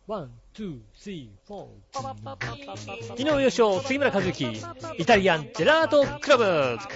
ワン、ツー、スリー、フォー。井上芳雄、杉村和之、イタリアンジェラートクラブ。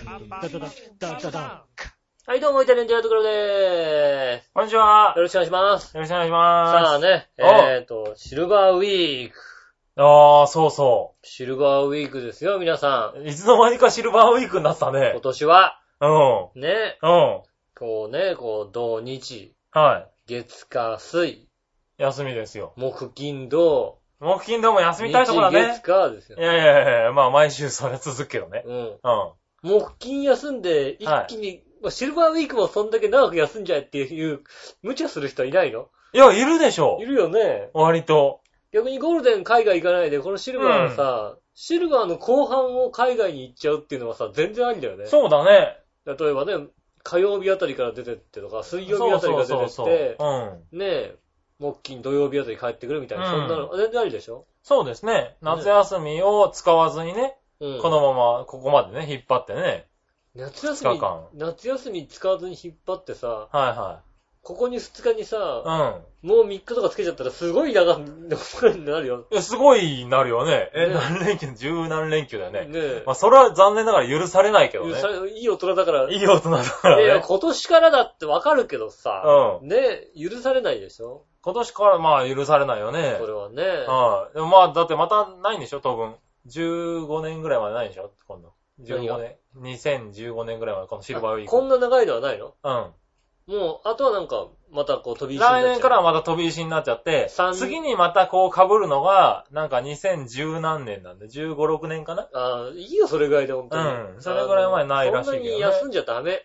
はい、どうも、イタリアンジェラートクラブでーす。 こんにちは。 よろしくお願いします。 よろしくお願いします。 さあね、シルバーウィーク。 ああ、そうそう。シルバーウィークですよ、皆さん。いつの間にかシルバーウィークになったね。 今年は。 うん。 ね。 うん。 こうね、土日。 はい。 月火水。 休みですよ。 木金土。 木金土も休みたいとこだね。 日月火ですよ。 いや、まあ毎週それ続くけどね。 うん。木金休んで、一気に、シルバーウィークもそんだけ長く休んじゃえっていう、無茶する人いないの？ いや、いるでしょ。 いるよね。 割と。 逆にゴールデン海外行かないで、このシルバーはさ、シルバーの後半を海外に行っちゃうっていうのはさ、全然ありだよね。 そうだね。 例えばね、火曜日あたりから出てってとか、水曜日あたりから出てって、ねえ、木金土曜日あたり帰ってくるみたいな、そんなの全然ありでしょ？ そうですね。夏休みを使わずにね、このままここまでね、引っ張ってね。 夏休み使わずに引っ張ってさ、ここに2日にさ、もう3日とかつけちゃったらすごい長くなるよ。 すごいなるよね。何連休、十何連休だよね。まあそれは残念ながら許されないけどね。 いい大人だから。 いい大人だからね。 いや、今年からだってわかるけどさ、ね、許されないでしょ？ 今年からまあ許されないよね。 それはね。 でもまあだってまたないんでしょ当分。15年ぐらいまでないんでしょ今度。15年。2015年ぐらいまでこのシルバーウィーク。 こんな長いのはないの？もう、あとはなんか、またこう飛び石になっちゃう。 来年からはまた飛び石になっちゃって、次にまたこう被るのが、なんか2010何年なんで、15、6年かな？ いいよ、それぐらいで、ほんとに。 それぐらい前ないらしいけどね。 そんなに休んじゃダメ。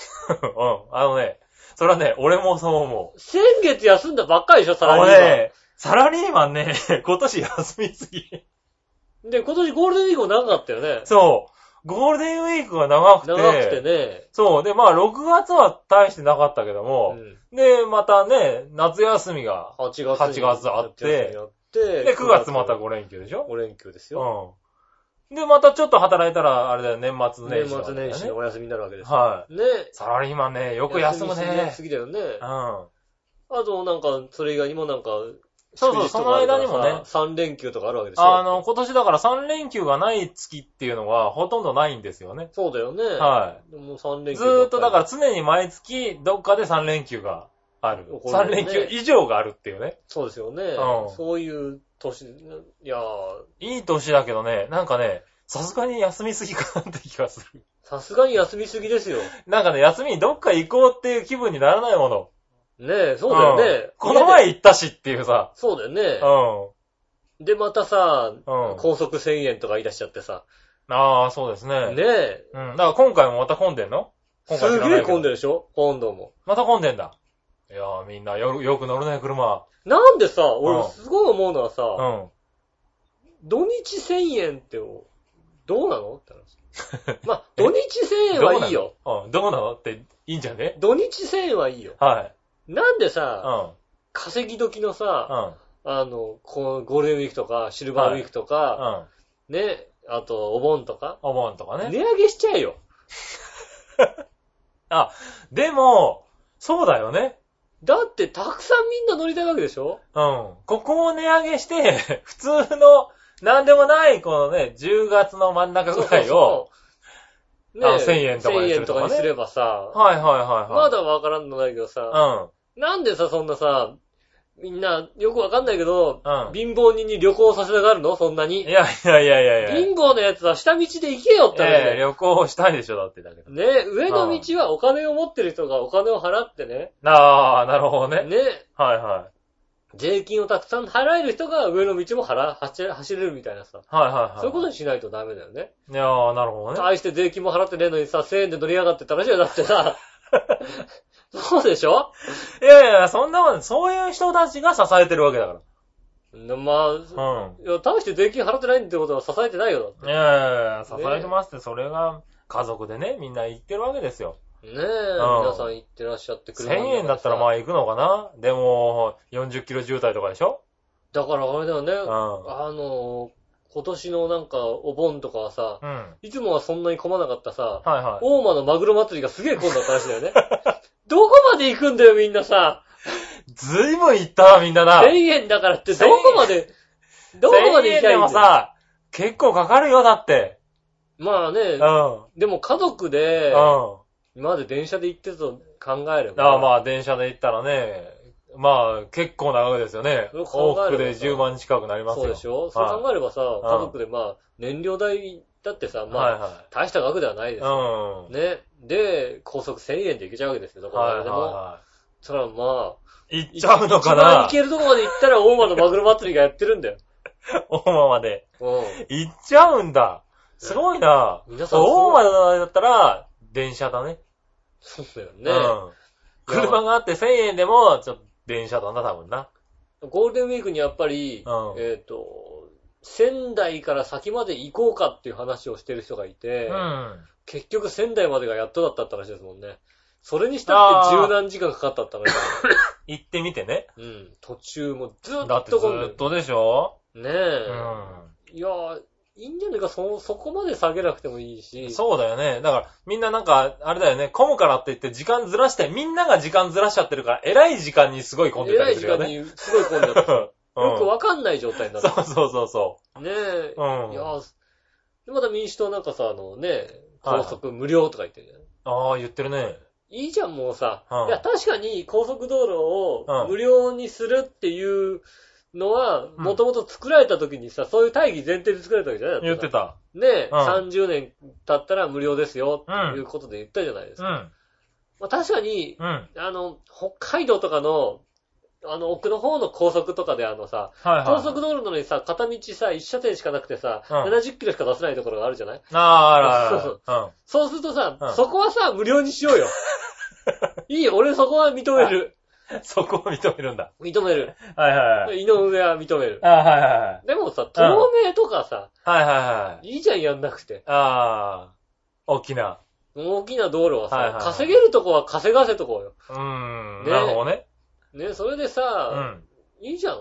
それはね、俺もそう思う。 先月休んだばっかりでしょ、サラリーマン。 サラリーマンね、今年休みすぎ。 で、今年ゴールデンウィークも長かったよね。 そう。ゴールデンウィークが長くてね。そう。で、まあ、6月は大してなかったけども、で、またね、夏休みが8月あって、で、9月また5連休でしょ？ 5 連休ですよ。 で、またちょっと働いたら、あれだよ、年末年始。 年末年始のお休みになるわけです。 はい。 ね。 サラリーマンね、よく休むね。 休みすぎだよね。あと、なんか、それ以外にもなんか、 そう、その間にもね。 3連休とかあるわけでしょ。 今年だから3連休がない月っていうのがほとんどないんですよね。 そうだよね。 はい。 でも3連休。 ずーっとだから常に毎月どっかで3連休がある。3連休以上があるっていうね。 そうですよね。そういう年、 いい年だけどね、なんかね、さすがに休みすぎかなって気がする。 さすがに休みすぎですよ。 なんかね、休みにどっか行こうっていう気分にならないもの。 ねえ、そうだよね。 この前行ったしっていうさ。 そうだよね。で、またさ、高速1000円とか言い出しちゃってさ。 ああ、そうですね。 ねえ。 だから今回もまた混んでんの？ すげえ混んでるでしょ？今度も。 また混んでんだ。いやーみんなよく乗るね、車。 なんでさ、俺すごい思うのはさ、土日1000円ってどうなのって話。まあ、土日1000円はいいよ。 どうなのっていいんじゃね？ 土日1000円はいいよ。 はい。 なんでさ、稼ぎ時のさ、このゴールデンウィークとか、シルバーウィークとか、ね、あと、お盆とか。 お盆とかね。 値上げしちゃえよ。 でも、そうだよね。 だって、たくさんみんな乗りたいわけでしょ？ ここを値上げして、普通の、なんでもない、このね、10月の真ん中ぐらいを、ね、1000円とかにするとかね。 1000円とかにすればさ、 まだわからんのないけどさ、なんでさ、そんなさ、みんな、よくわかんないけど、貧乏人に旅行させたがるの？そんなに。いや。貧乏なやつは下道で行けよってね。 旅行したいでしょ、だってだけど。 ね、上の道はお金を持ってる人がお金を払ってね。 なるほどね。 ね。 はい。 税金をたくさん払える人が上の道も走れるみたいなさ。そういうことにしないとダメだよね。 いやー、なるほどね。 対して税金も払ってねえのにさ、1000円で乗り上がってたらしいよ、だってさ。そうでしょ？ いや、そんなもん、そういう人たちが支えてるわけだから。 まあ、大して税金払ってないってことは支えてないよ、だって。 いや、支えてますって、それが家族でね、みんな言ってるわけですよ。 ねえ、皆さん言ってらっしゃってくれる。1000円だったらまあ行くのかな？でも、40キロ渋滞とかでしょ？ だからあれだよね、今年のなんかお盆とかはさ、いつもはそんなに混まなかったさ、大間のマグロ祭りがすげえ混んだったらしいんだよね。どこまで行くんだよみんなさ。 ずいぶん行ったな、みんなな。 1000円だからってどこまで行きゃいいんだよ。1000円でもさ、結構かかるよ、だって。 まあね、うん。でも家族で、今まで電車で行ってたと考えれば。 まあ電車で行ったらね、まあ結構長いですよね。往復で10万近くなりますよ。 そうでしょ、そう考えればさ、家族でまあ、燃料代だってさ、まあ、大した額ではないですよ。ね。で、高速1000円で行けちゃうわけですよ、どこまででも。そらまあ、 行っちゃうのかな。 一番行けるとこまで行ったら大間のマグロ祭りがやってるんだよ。 大間まで。行っちゃうんだ。すごいな。大間だったら、電車だね。 そうだよね。 車があって1000円でも、ちょっと電車だな、多分な。 ゴールデンウィークにやっぱり、仙台から先まで行こうかっていう話をしてる人がいて、結局仙台までがやっとだったって話ですもんね。それにしたって十何時間かかったって話だね。 行ってみてね。 途中もずっとだってずっとでしょ？ ねえ。いやー、いいんじゃないか、そこまで下げなくてもいいし。 そうだよね。だから、みんななんか、あれだよね、混むからって言って時間ずらして、みんなが時間ずらしちゃってるから、偉い時間にすごい混んでたりするよね。 偉い時間にすごい混んでた。よくわかんない状態になって。 そう。 ねえ。いやまだ民主党なんかさ、高速無料とか言ってるじゃん。 言ってるね。 いいじゃん、もうさ。いや、確かに高速道路を無料にするっていうのは、もともと作られた時にさ、そういう大義前提で作られたわけじゃない言ってた。 ね、30年経ったら無料ですよ、っていうことで言ったじゃないですか。まあ、確かに、北海道とかの、奥の方の高速とかで高速道路なのにさ、片道さ、1車線しかなくてさ、70キロしか出せないところがあるじゃない？そうするとさ、そこはさ、無料にしようよ。いいよ、俺そこは認める。 そこは認めるんだ。 認める。 井上は認める。でもさ、透明とかさ、いいじゃん、やんなくて。 大きな道路はさ、稼げるとこは稼がせとこうよ。 なるほどね。 ね、それでさ、いいじゃん。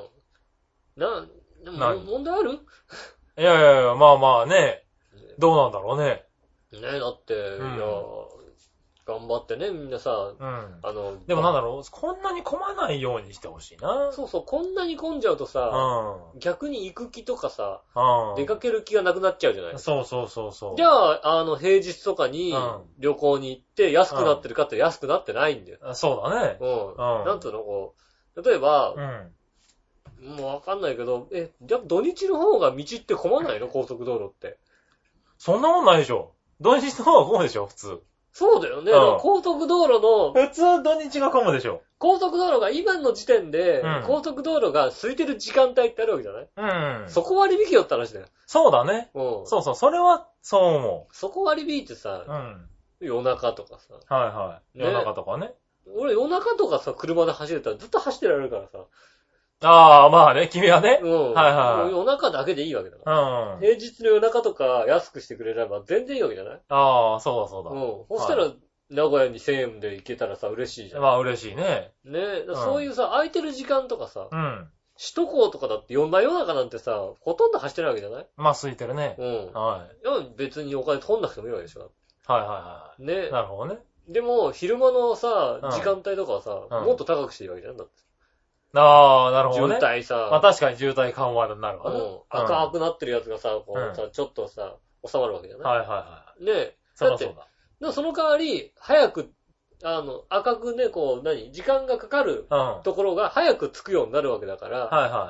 問題ある？ いや、まあまあね。どうなんだろうね。 ね、だって、いや、頑張ってね、みんなさ、 でもなんだろう、こんなに混まないようにしてほしいな。 そうそう、こんなに混んじゃうとさ、逆に行く気とかさ、出かける気がなくなっちゃうじゃない？ そう。 じゃあ、平日とかに旅行に行って安くなってるかって安くなってないんだよ。 そうだね。 なんつうの、例えば、もうわかんないけど、じゃあ土日の方が道って混まないの？高速道路って。 そんなもんないでしょ。土日の方が混むでしょ、普通。 そうだよね。高速道路の、 普通土日が混むでしょ。 高速道路が今の時点で、高速道路が空いてる時間帯ってあるわけじゃない？そこ割引よって話だよ。 そうだね。そう、それは、そう思う。 そこ割引ってさ、夜中とかさ。夜中とかね。 俺夜中とかさ、車で走れたらずっと走ってられるからさ。 まあね、君はね。 夜中だけでいいわけだから。平日の夜中とか安くしてくれれば全然いいわけじゃない？ そうだ。 そしたら、名古屋に1000円で行けたらさ、嬉しいじゃん。 まあ嬉しいね。 ね、そういうさ、空いてる時間とかさ、首都高とかだって夜中なんてさ、ほとんど走ってるわけじゃない？ まあ空いてるね。 別にお金取んなくてもいいわけでしょ。ね。 なるほどね。 でも、昼間のさ、時間帯とかはさ、もっと高くしていいわけじゃんだって。 なるほどね。 渋滞さ。 まあ確かに渋滞緩和になるわね。 赤くなってるやつがさ、ちょっとさ、収まるわけじゃない？ね。だって、その代わり、早く、赤くね、時間がかかるところが早く着くようになるわけだから、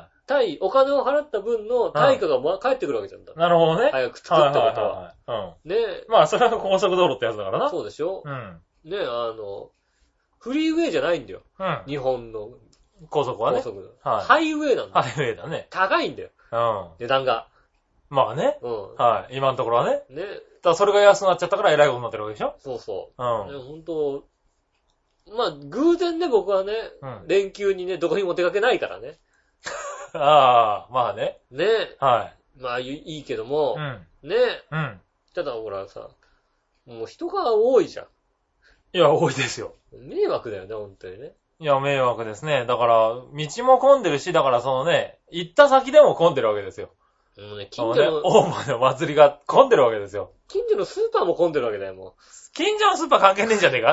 お金を払った分の対価が返ってくるわけじゃんだ。 なるほどね。 早く着くってことは。ね。 まあそれは高速道路ってやつだからな。 そうでしょ？ね、フリーウェイじゃないんだよ。日本の。 高速はね。 ハイウェイなんだ。 ハイウェイだね。 高いんだよ。値段が。 まあね。今のところはね。ね。それが安くなっちゃったから偉いことになってるわけでしょ？ そう。本当まあ、偶然ね、僕はね、連休にね、どこにも出かけないからね。 まあね。 ね。まあ、いいけども、ね。ただ、ほらさ、もう人が多いじゃん。 いや、多いですよ。 迷惑だよね、本当にね。 いや、迷惑ですね。だから、道も混んでるし、だから行った先でも混んでるわけですよ。 近所の、 大間の祭りが混んでるわけですよ。 近所のスーパーも混んでるわけだよ、もう。 近所のスーパー関係ねえんじゃねえかな。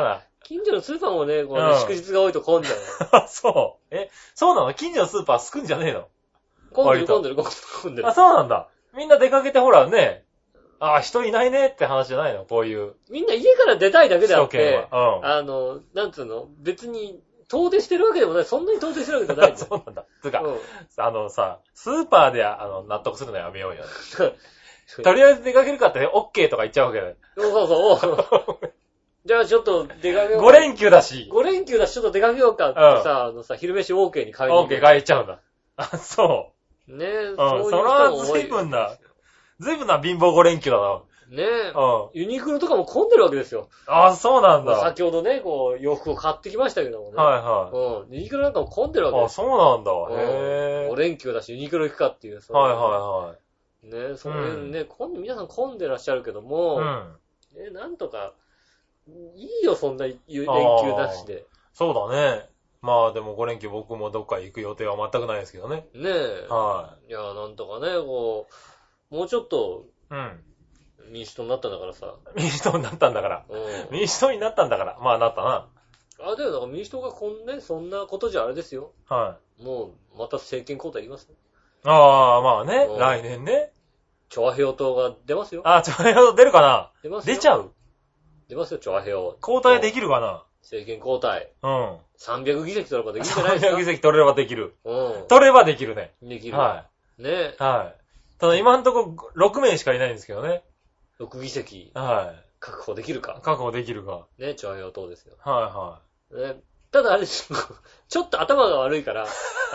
近所のスーパーもね、こう祝日が多いと混んじゃう。 そう。そうなの？近所のスーパー少んじゃねえの？ 混んでる。 あ、そうなんだ。みんな出かけてほらね、人いないねって話じゃないの？こういう。 みんな家から出たいだけであって、なんつうの、別に、遠出してるわけでもない。そんなに遠出してるわけじゃないんだ。 そうなんだ。つうか、スーパーで納得するのやめようよ。とりあえず出かけるかってね、OK とか言っちゃうわけだよ。 そう。じゃあちょっと出かけようか。 5連休だし。 5連休だし、ちょっと出かけようかってさ、昼飯 OK に変えに行く。 OK 変えちゃうんだ。そう。 ねえ、 それは随分な貧乏5連休だな。 ねえ。ユニクロとかも混んでるわけですよ。 そうなんだ。 先ほどね、こう、洋服を買ってきましたけどもね。ユニクロなんかも混んでるわけですよ。そうなんだ。へぇ。5連休だし、ユニクロ行くかっていう。ねえ、そういうね、皆さん混んでらっしゃるけども、なんとか、いいよ、そんな連休なしで。 そうだね。まあでも5連休僕もどっか行く予定は全くないですけどね。 ねえ。いや、なんとかね、もうちょっと、民主党になったんだからさ。 民主党になったんだから。民主党になったんだから。まあなったな。 だよ、だから民主党がそんなことじゃあれですよ。もう、また政権交代言いますね。 まあね。来年ね。 チョアヘヨ党が出ますよ。 チョアヘヨ党出るかな？ 出ますよ。 出ちゃう？ 出ますよ、チョアヘヨ。 交代できるかな？ 政権交代。300議席取ればできるんじゃないですか？ 300 議席取れればできる。取ればできるね。 できる。 ね。ただ今んとこ6名しかいないんですけどね。 6議席。確保できるか。 確保できるか。 ね、チョアヘヨ党ですよ。 ね。 ただあれです。ちょっと頭が悪いから、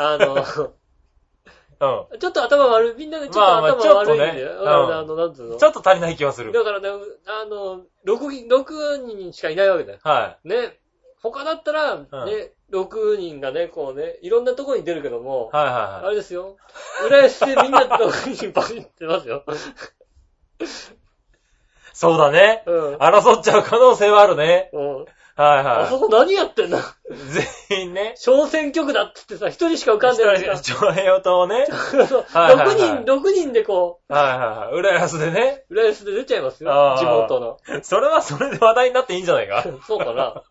ちょっと頭悪い、みんなでちょっと頭悪いんで、なんつうの。 ちょっっと足りない気はする。 だからね、6人しかいないわけだよ。ね。他だったら、ね、6人がね、こうね、いろんなところに出るけども、あれですよ。浦安でみんなと6人バシッてますよ。 そうだね。争っちゃう可能性はあるね。あそこ何やってんだ全員ね。 小選挙区だって言ってさ、一人しか浮かんでないから。 チョアヘヨ党ね。 6人でこう。 浦安でね。 浦安で出ちゃいますよ。地元の。 それはそれで話題になっていいんじゃないか。 そうかな。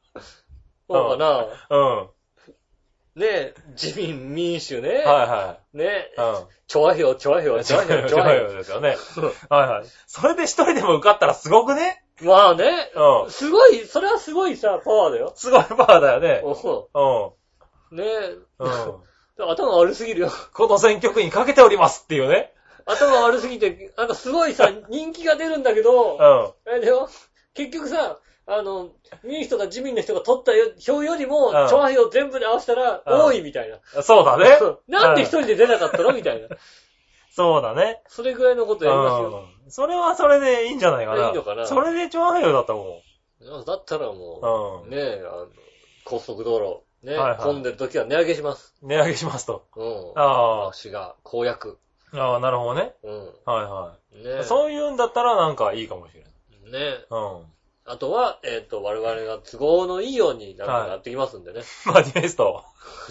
ねえ、自民民主ね。ねえ。チョアヘヨですよね。それで一人でも受かったらすごくね。 まあね。すごい、それはすごいさ、パワーだよ。 すごいパワーだよね。 ねえ。頭悪すぎるよ。 この選挙区にかけておりますっていうね。 頭悪すぎて、なんかすごいさ、人気が出るんだけど、あれだよ。結局さ、民主とか自民の人が取った票よりも、チョアヘヨ全部で合わせたら多いみたいな。 そうだね。 なんで一人で出なかったのみたいな。 そうだね。 それぐらいのことやりますよ。 それはそれでいいんじゃないかな。 いいのかな。 それでチョアヘヨだったもん。だったらもう、ねえ、高速道路、ね、混んでる時は値上げします。 値上げしますと。 私が公約。 なるほどね。ね。そういうんだったらなんかいいかもしれない。 ね。あとは、我々が都合のいいようになんかやってきますんでね。 マニフェスト。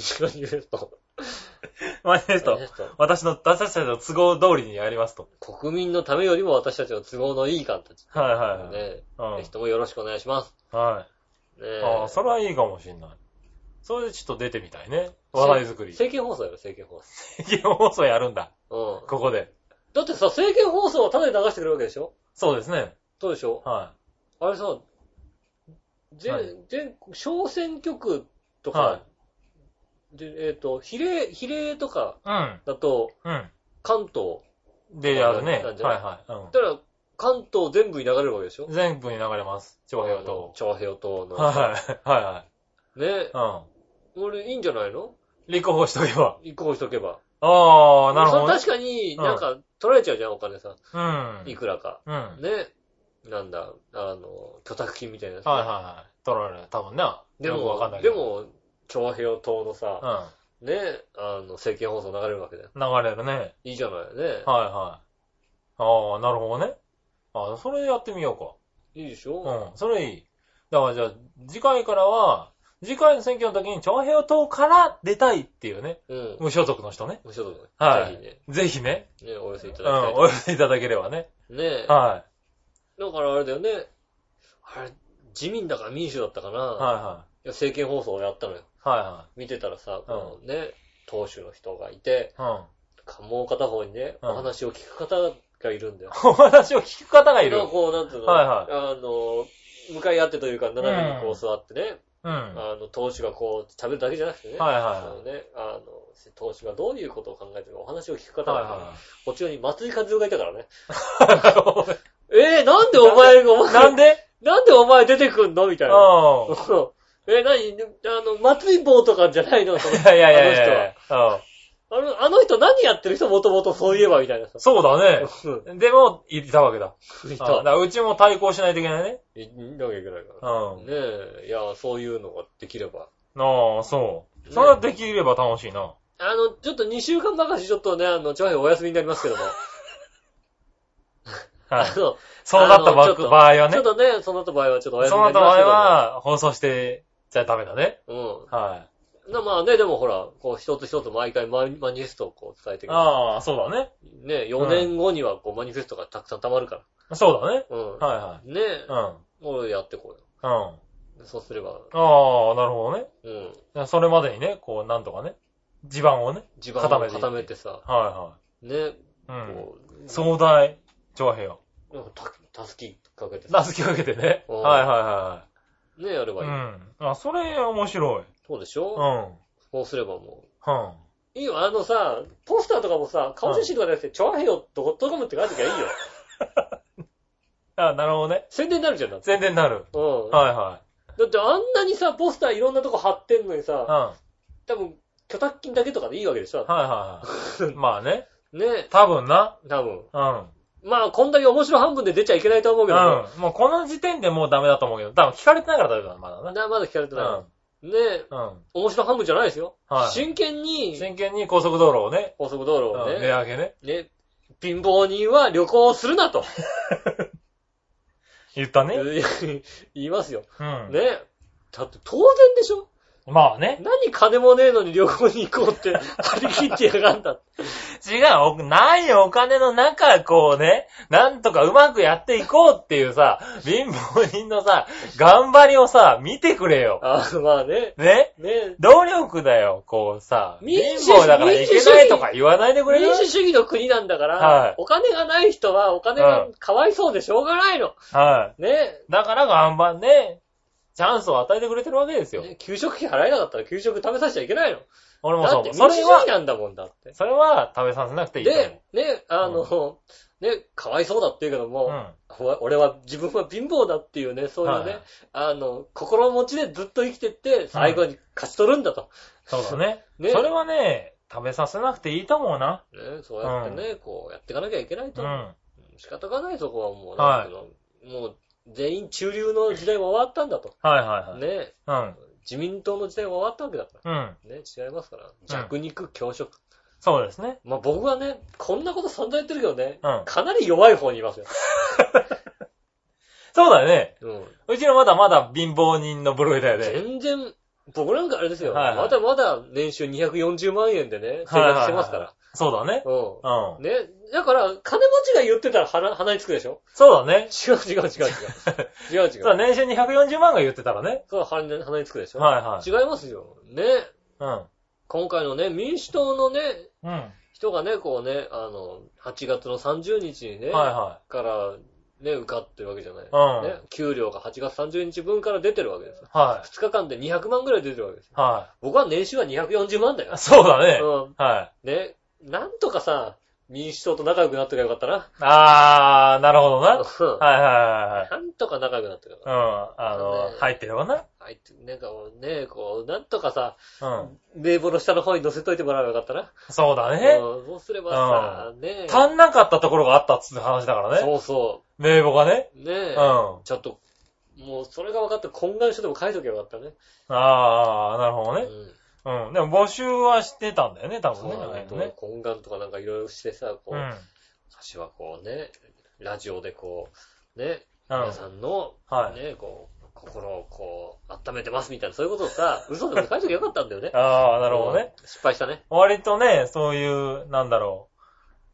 私たちの都合通りにやりますと。 国民のためよりも私たちの都合のいい形。ね。ぜひともよろしくお願いします。 ね。それはいいかもしれない。それでちょっと出てみたいね。話題作り。 政見放送やろ、政見放送。 政見放送やるんだ。ここで。 だってさ、政見放送はただで流してくれるわけでしょ？そうですね。 そうでしょ？あれさ、小選挙区とか、比例とかだと、関東でやるね。 だから関東全部に流れるわけでしょ？ 全部に流れます。チョアヘヨ党。 チョアヘヨ党の。ね。俺いいんじゃないの？ 立候補しとけば。 立候補しとけば。 なるほど。 確かになんか取られちゃうじゃん、お金さ。いくらか。ね。なんだ、居宅金みたいなやつ。 取られる。多分ね。 でも、チョアヘヨ党のさ、ね、政見放送流れるわけだよ。 流れるね。 いいじゃないね。 なるほどね。それやってみようか。 いいでしょ？ それいい。だからじゃあ、次回の選挙の時に、チョアヘヨ党から出たいっていうね。無所属の人ね。 無所属。 ぜひね。 お寄せいただきたい。 お寄せいただければね。 だからあれだよね。あれ、 自民だか民主だったかな。 はいはい。 政見放送をやったのよ。 はいはい。 見てたらさ、このね、党首の人がいて、もう片方にね、お話を聞く方がいるんだよ。 お話を聞く方がいる。 こう、なんていうの、 はいはい。 向かい合ってというか、斜めにこう座ってね、党首がこう、喋るだけじゃなくてね、 はいはい。 党首がどういうことを考えてるかお話を聞く方が、こっち側に松井和夫がいたからね。なんでお前が、なんでお前出てくんのみたいな。松井棒とかじゃないのその人は。いや。あの人何やってる人もともとそういえばみたいなさ。 そうだね。でも、いたわけだ。うちも対抗しないといけないね。 いなきゃいけないから。ねえ。いや、そういうのができれば。 ああ、そう。それはできれば楽しいな。 ちょっと2週間ばかしちょっとね、長編お休みになりますけども。 はい。そうなった場合はね。 ちょっとね、そうなった場合はちょっとお休みになりますけど。 そうなった場合は、放送してちゃダメだね。はい。 まあね、でもほら、こう一つ一つ毎回マニフェストをこう伝えていく。 ああ、そうだね。 ね、4年後にはこうマニフェストがたくさん溜まるから。 そうだね。はいはい。 ねこれやってこうよ。 そうすれば。 ああ、なるほどね。それまでにね、こう、なんとかね。地盤を固めてさ。 はいはい。 ね。 壮大。長平よ。 たすきかけて。 たすきかけてね。はいね、やればいい。 それ面白い。 そうでしょそうすればもう。いいよ、ポスターとかもさ、顔写真とかじゃなくて、長平よ.com って書いてきゃいいよ。 なるほどね。 宣伝になるじゃん。 宣伝になる。はいはい。 だってあんなにさ、ポスターいろんなとこ貼ってんのにさ、多分、許諾金だけとかでいいわけでしょ。 はい。まあね。 ね。 多分な。 多分。まあ、こんだけ面白半分で出ちゃいけないと思うけど。 もうこの時点でもうダメだと思うけど、多分聞かれてないからダメだ、まだな。 まだ聞かれてない。ね。面白半分じゃないですよ。真剣に高速道路をね。 値上げね。 ね。貧乏人は旅行をするなと。 言ったね。 言いますよ。ね。だって当然でしょ？ まあね。 何金もねえのに旅行に行こうって張り切ってやがんだ。 違う、ないよ、お金の中、こうね、なんとかうまくやっていこうっていうさ、貧乏人のさ、頑張りをさ、見てくれよ。 まあね。 ね。努力だよ、こうさ。貧乏だからいけないとか言わないでくれよ。 民主主義の国なんだから、お金がない人はお金がかわいそうでしょうがないの。ね。 だから頑張んね。チャンスを与えてくれてるわけですよ。 給食費払えなかったら給食食べさせちゃいけないの。 俺もそう。 だって民主主義なんだもんだって。 それは食べさせなくていいと思う。で、かわいそうだって言うけども、自分は貧乏だっていうね、そういうね、心持ちでずっと生きてって、最後に勝ち取るんだと。 そうだね。それはね、食べさせなくていいと思うな。 ね、そうやってね、こうやっていかなきゃいけないと。仕方がないそこはもう、もう、全員中流の時代は終わったんだと。ね。自民党の時代は終わったわけだから。ね、違いますから。弱肉強食。 そうですね。 まあ僕はね、こんなこと散々言ってるけどね、かなり弱い方にいますよ。 そうだよね。うちのまだまだ貧乏人の部類だよね。 全然、僕なんかあれですよ。まだまだ年収240万円でね、生活してますから。 そうだね。 ね。だから、金持ちが言ってたら鼻につくでしょ？ そうだね。 違う。そう、 年収240万が言ってたらね。 そう、鼻につくでしょ？違いますよ。ね。今回のね、民主党のね、人がね、こうね、8月の30日にね、からね、受かってるわけじゃない。ね。給料が8月30日分から出てるわけですよ。2日間で200万ぐらい出てるわけですよ。僕は年収は240万だよ。 そうだね。 ね。なんとかさ、民主党と仲良くなってかよかったな。 なるほどな。 なんとか仲良くなってかよかった。入ってればな。 入って、なんかね、こう、なんとかさ、名簿の下の方に載せといてもらえばよかったな。 そうだね。 そうすればさ、ね。 足んなかったところがあったっつう話だからね。 そう。 名簿がね。 ね。ちょっと、もうそれが分かって懇願書でも書いとけばよかったね。 なるほどね。でも募集はしてたんだよね、多分ね。 懇願とかなんかいろいろしてさ、こう、私はこうね、ラジオでこう、ね、皆さんの、ね、こう、心をこう、温めてますみたいな、そういうことをさ、嘘でも書いときゃよかったんだよね。 なるほどね。 失敗したね。 割とね、そういう、なんだろ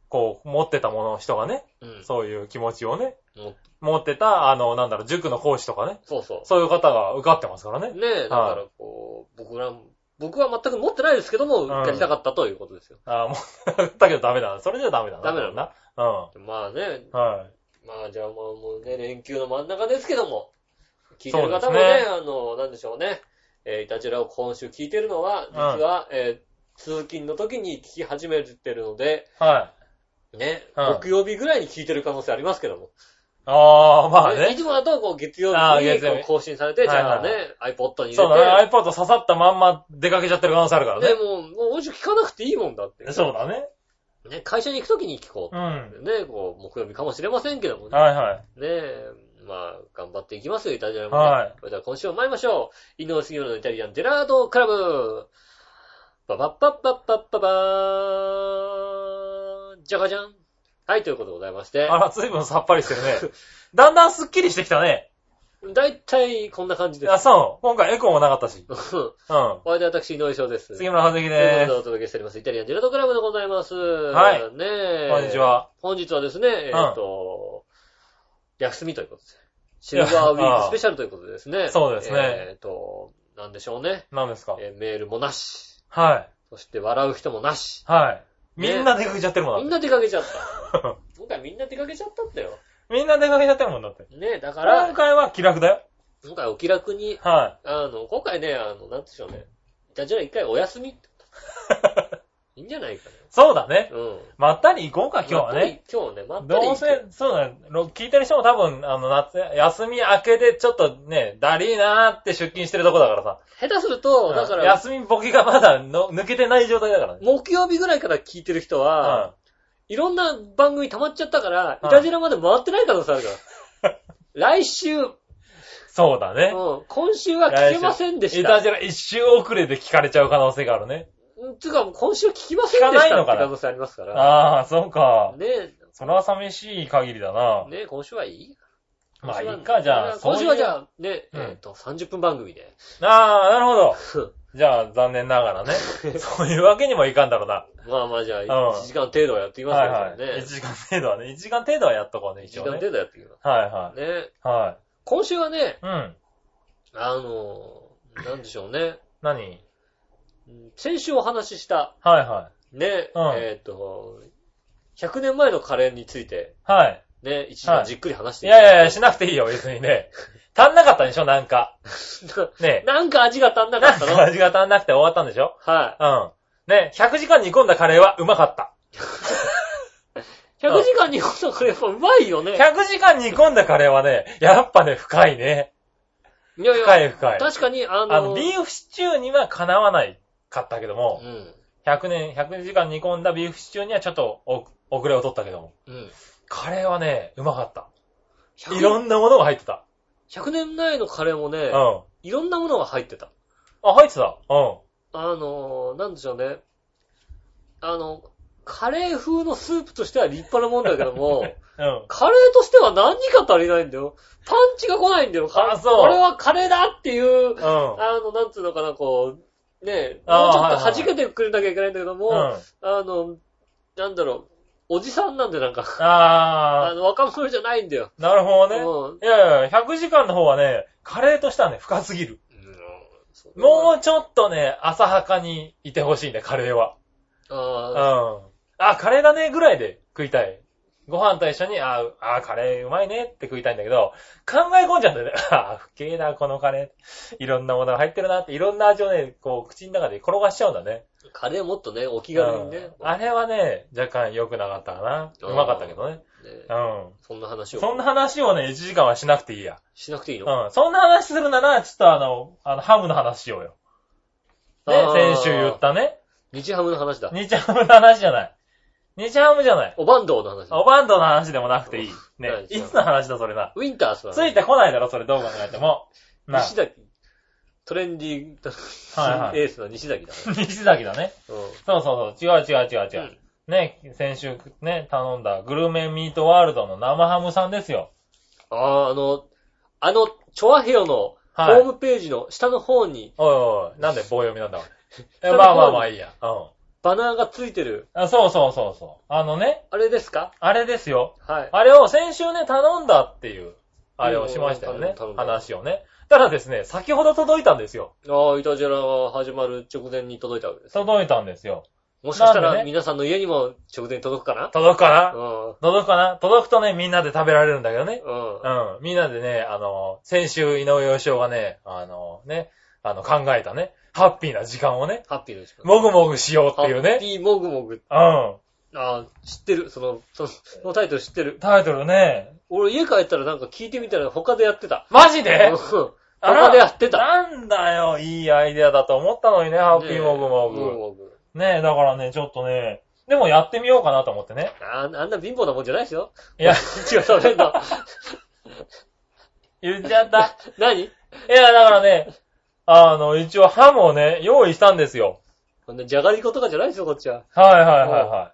こう、持ってた人がね、そういう気持ちをね、持ってた、塾の講師とかね。そういう方が受かってますからね。 ねえ、だからこう、僕は全く持ってないですけども、やりたかったということですよ。 ああ、もう、だけどダメだな。それじゃダメだな。 ダメだな。まあね。まあじゃあもうね、連休の真ん中ですけども、聞いてる方もね、なんでしょうね。イタジラを今週聞いてるのは、実は、通勤の時に聞き始めてるので、ね、木曜日ぐらいに聞いてる可能性ありますけども。 ああ、まあね。 いつもだと、月曜日に更新されて、じゃあね、iPod に入れて。 そうだね、iPod 刺さったまんま出かけちゃってる可能性あるからね。 でもう今週聞かなくていいもんだって。 そうだね。 ね、会社に行くときに聞こう。ね、こう、木曜日かもしれませんけどもね。はいはい。 ねまあ、頑張っていきますよ、イタジラもね。はい。それでは今週も参りましょう。井上杉村のイタリアンジェラードクラブ。ババッパッパッパッパバーン。じゃがじゃん。はい、ということでございまして。 あら、随分さっぱりしてるね。だんだんスッキリしてきたね。 だいたいこんな感じです。 あ、そう。今回エコーもなかったし。 お相手は私、井上翔です。 杉村はずきです。 ということでお届けしております。イタリアンジェラードクラブでございます。 はい。 ねえ。 こんにちは。 本日はですね、休みということで。シルバーウィークスペシャルということでですね。 そうですね。 なんでしょうね。 何ですか。 メールもなし。 はい。 そして笑う人もなし。 はい。みんな出かけちゃってるもんだって。 みんな出かけちゃった。今回みんな出かけちゃったんだよ。 みんな出かけちゃってるもんだって。 ねだから。 今回は気楽だよ。 今回お気楽に。 はい。 今回ね、なんでしょうね。じゃあ一回お休みって。いいんじゃないかな。 そうだね。まったり行こうか、今日はね。 今日ね、まったり。 どうせ、そうだね。聞いてる人も多分、休み明けでちょっとね、だりーなーって出勤してるとこだからさ。 下手すると、だから。 休みボケがまだ抜けてない状態だからね。 木曜日ぐらいから聞いてる人は、いろんな番組溜まっちゃったから、イタジラまで回ってない可能性あるから。来週。 そうだね。 今週は聞けませんでした。 イタジラ一周遅れで聞かれちゃう可能性があるね。 つうか、今週聞きませんでしたって可能性ありますから。 ああ、そうか。 ねそれは寂しい限りだな。 ね今週はいいまあいいか、じゃあ。 今週はじゃあ、ね、30分番組で。 ああ、なるほど。じゃあ、残念ながらね。そういうわけにもいかんだろうな。 まあまあじゃあ、1時間程度はやっていきますからね。 1時間程度はね。1時間程度はやっとこうね、 一応ね。1時間程度やっていきます。 はいはい。 ね。 はい。 今週はね、なんでしょうね。 何？ 先週お話しした。 はいはい。 ね、100年前のカレーについて。 はい。 ね、1時間じっくり話していやいや、しなくていいよ、別にね。足んなかったんでしょ、なんか。 ね。なんか味が足んなかったの。 なんか味が足んなくて終わったんでしょ。 はい。 ね、100時間煮込んだカレーはうまかった。 100時間煮込んだカレーはうまいよね。 100時間煮込んだカレーはね、やっぱね、深いね。 いやいや、 深い。 確かにビーフシチューにはかなわないかったけども、100時間煮込んだビーフシチューにはちょっと遅れを取ったけども、カレーはね、うまかった。いろんなものが入ってた。 100年前のカレーもね、いろんなものが入ってた。 あ、入ってた。 なんでしょうね。カレー風のスープとしては立派なもんだけども、カレーとしては何か足りないんだよ。パンチが来ないんだよ。 あ、そう。 これはカレーだっていう、なんつうのかな、こう、ね、もうちょっと弾けてくれなきゃいけないんだけども、なんだろう、おじさんなんでなんか、若者じゃないんだよ。 なるほどね。いやいや、100時間の方はね、カレーとしてはね、深すぎる。もうちょっとね、浅はかにいてほしいね、カレーは。カレーだね、ぐらいで食いたい。ご飯と一緒に、カレーうまいねって食いたいんだけど、考え込んじゃうんだよね。不敬だ、このカレー。いろんなものが入ってるなって、いろんな味をね、こう、口の中で転がしちゃうんだね。 カレーもっとね、お気軽にね。 あれはね、若干良くなかったかな。うまかったけどね。 そんな話をね、1時間はしなくていいや。 しなくていいの？ そんな話するなら、ちょっとハムの話しようよ。ね、先週言ったね。 日ハムの話だ。 日ハムの話じゃない。日ハムじゃない。 おバンドの話だ。 おバンドの話でもなくていい。ね。いつの話だ、それな。 ウィンタースは。 ついてこないだろ、それどう考えても。 西崎。トレンディー、エースの西崎だね。 西崎だね。そう。違う。ね、先週ね、頼んだグルメミートワールドの生ハムさんですよ。 チョアヘヨのホームページの下の方に。 おい、なんで棒読みなんだ、まあいいや。 バナーがついてる。 そうそうそうそう。 あれですか？ あれですよ。 はい。 あれを先週ね、頼んだっていう、あれをしましたよね。話をね。ただですね、先ほど届いたんですよ。 イタジェラが始まる直前に届いたわけです。 届いたんですよ。 もしかしたら、皆さんの家にも直前に届くかな？ 届くかな？届くかな？届くとね、みんなで食べられるんだけどね。みんなでね、先週井上義雄がね、考えたね、ハッピーな時間をね、もぐもぐしようっていうね。 ハッピーもぐもぐ。知ってる。そのタイトル知ってる。 タイトルね。 俺家帰ったらなんか聞いてみたら他でやってた。 マジで？ 他でやってた。 なんだよ、いいアイデアだと思ったのにね、ハッピーもぐもぐ。ねえ、だからね、ちょっとね、でもやってみようかなと思ってね。 あんな貧乏なもんじゃないですよ。 いや、 違う、食べんの。 言っちゃった。 何？ いや、だからね、一応ハムをね、用意したんですよ。 じゃがりことかじゃないですよ、こっちは。 はい。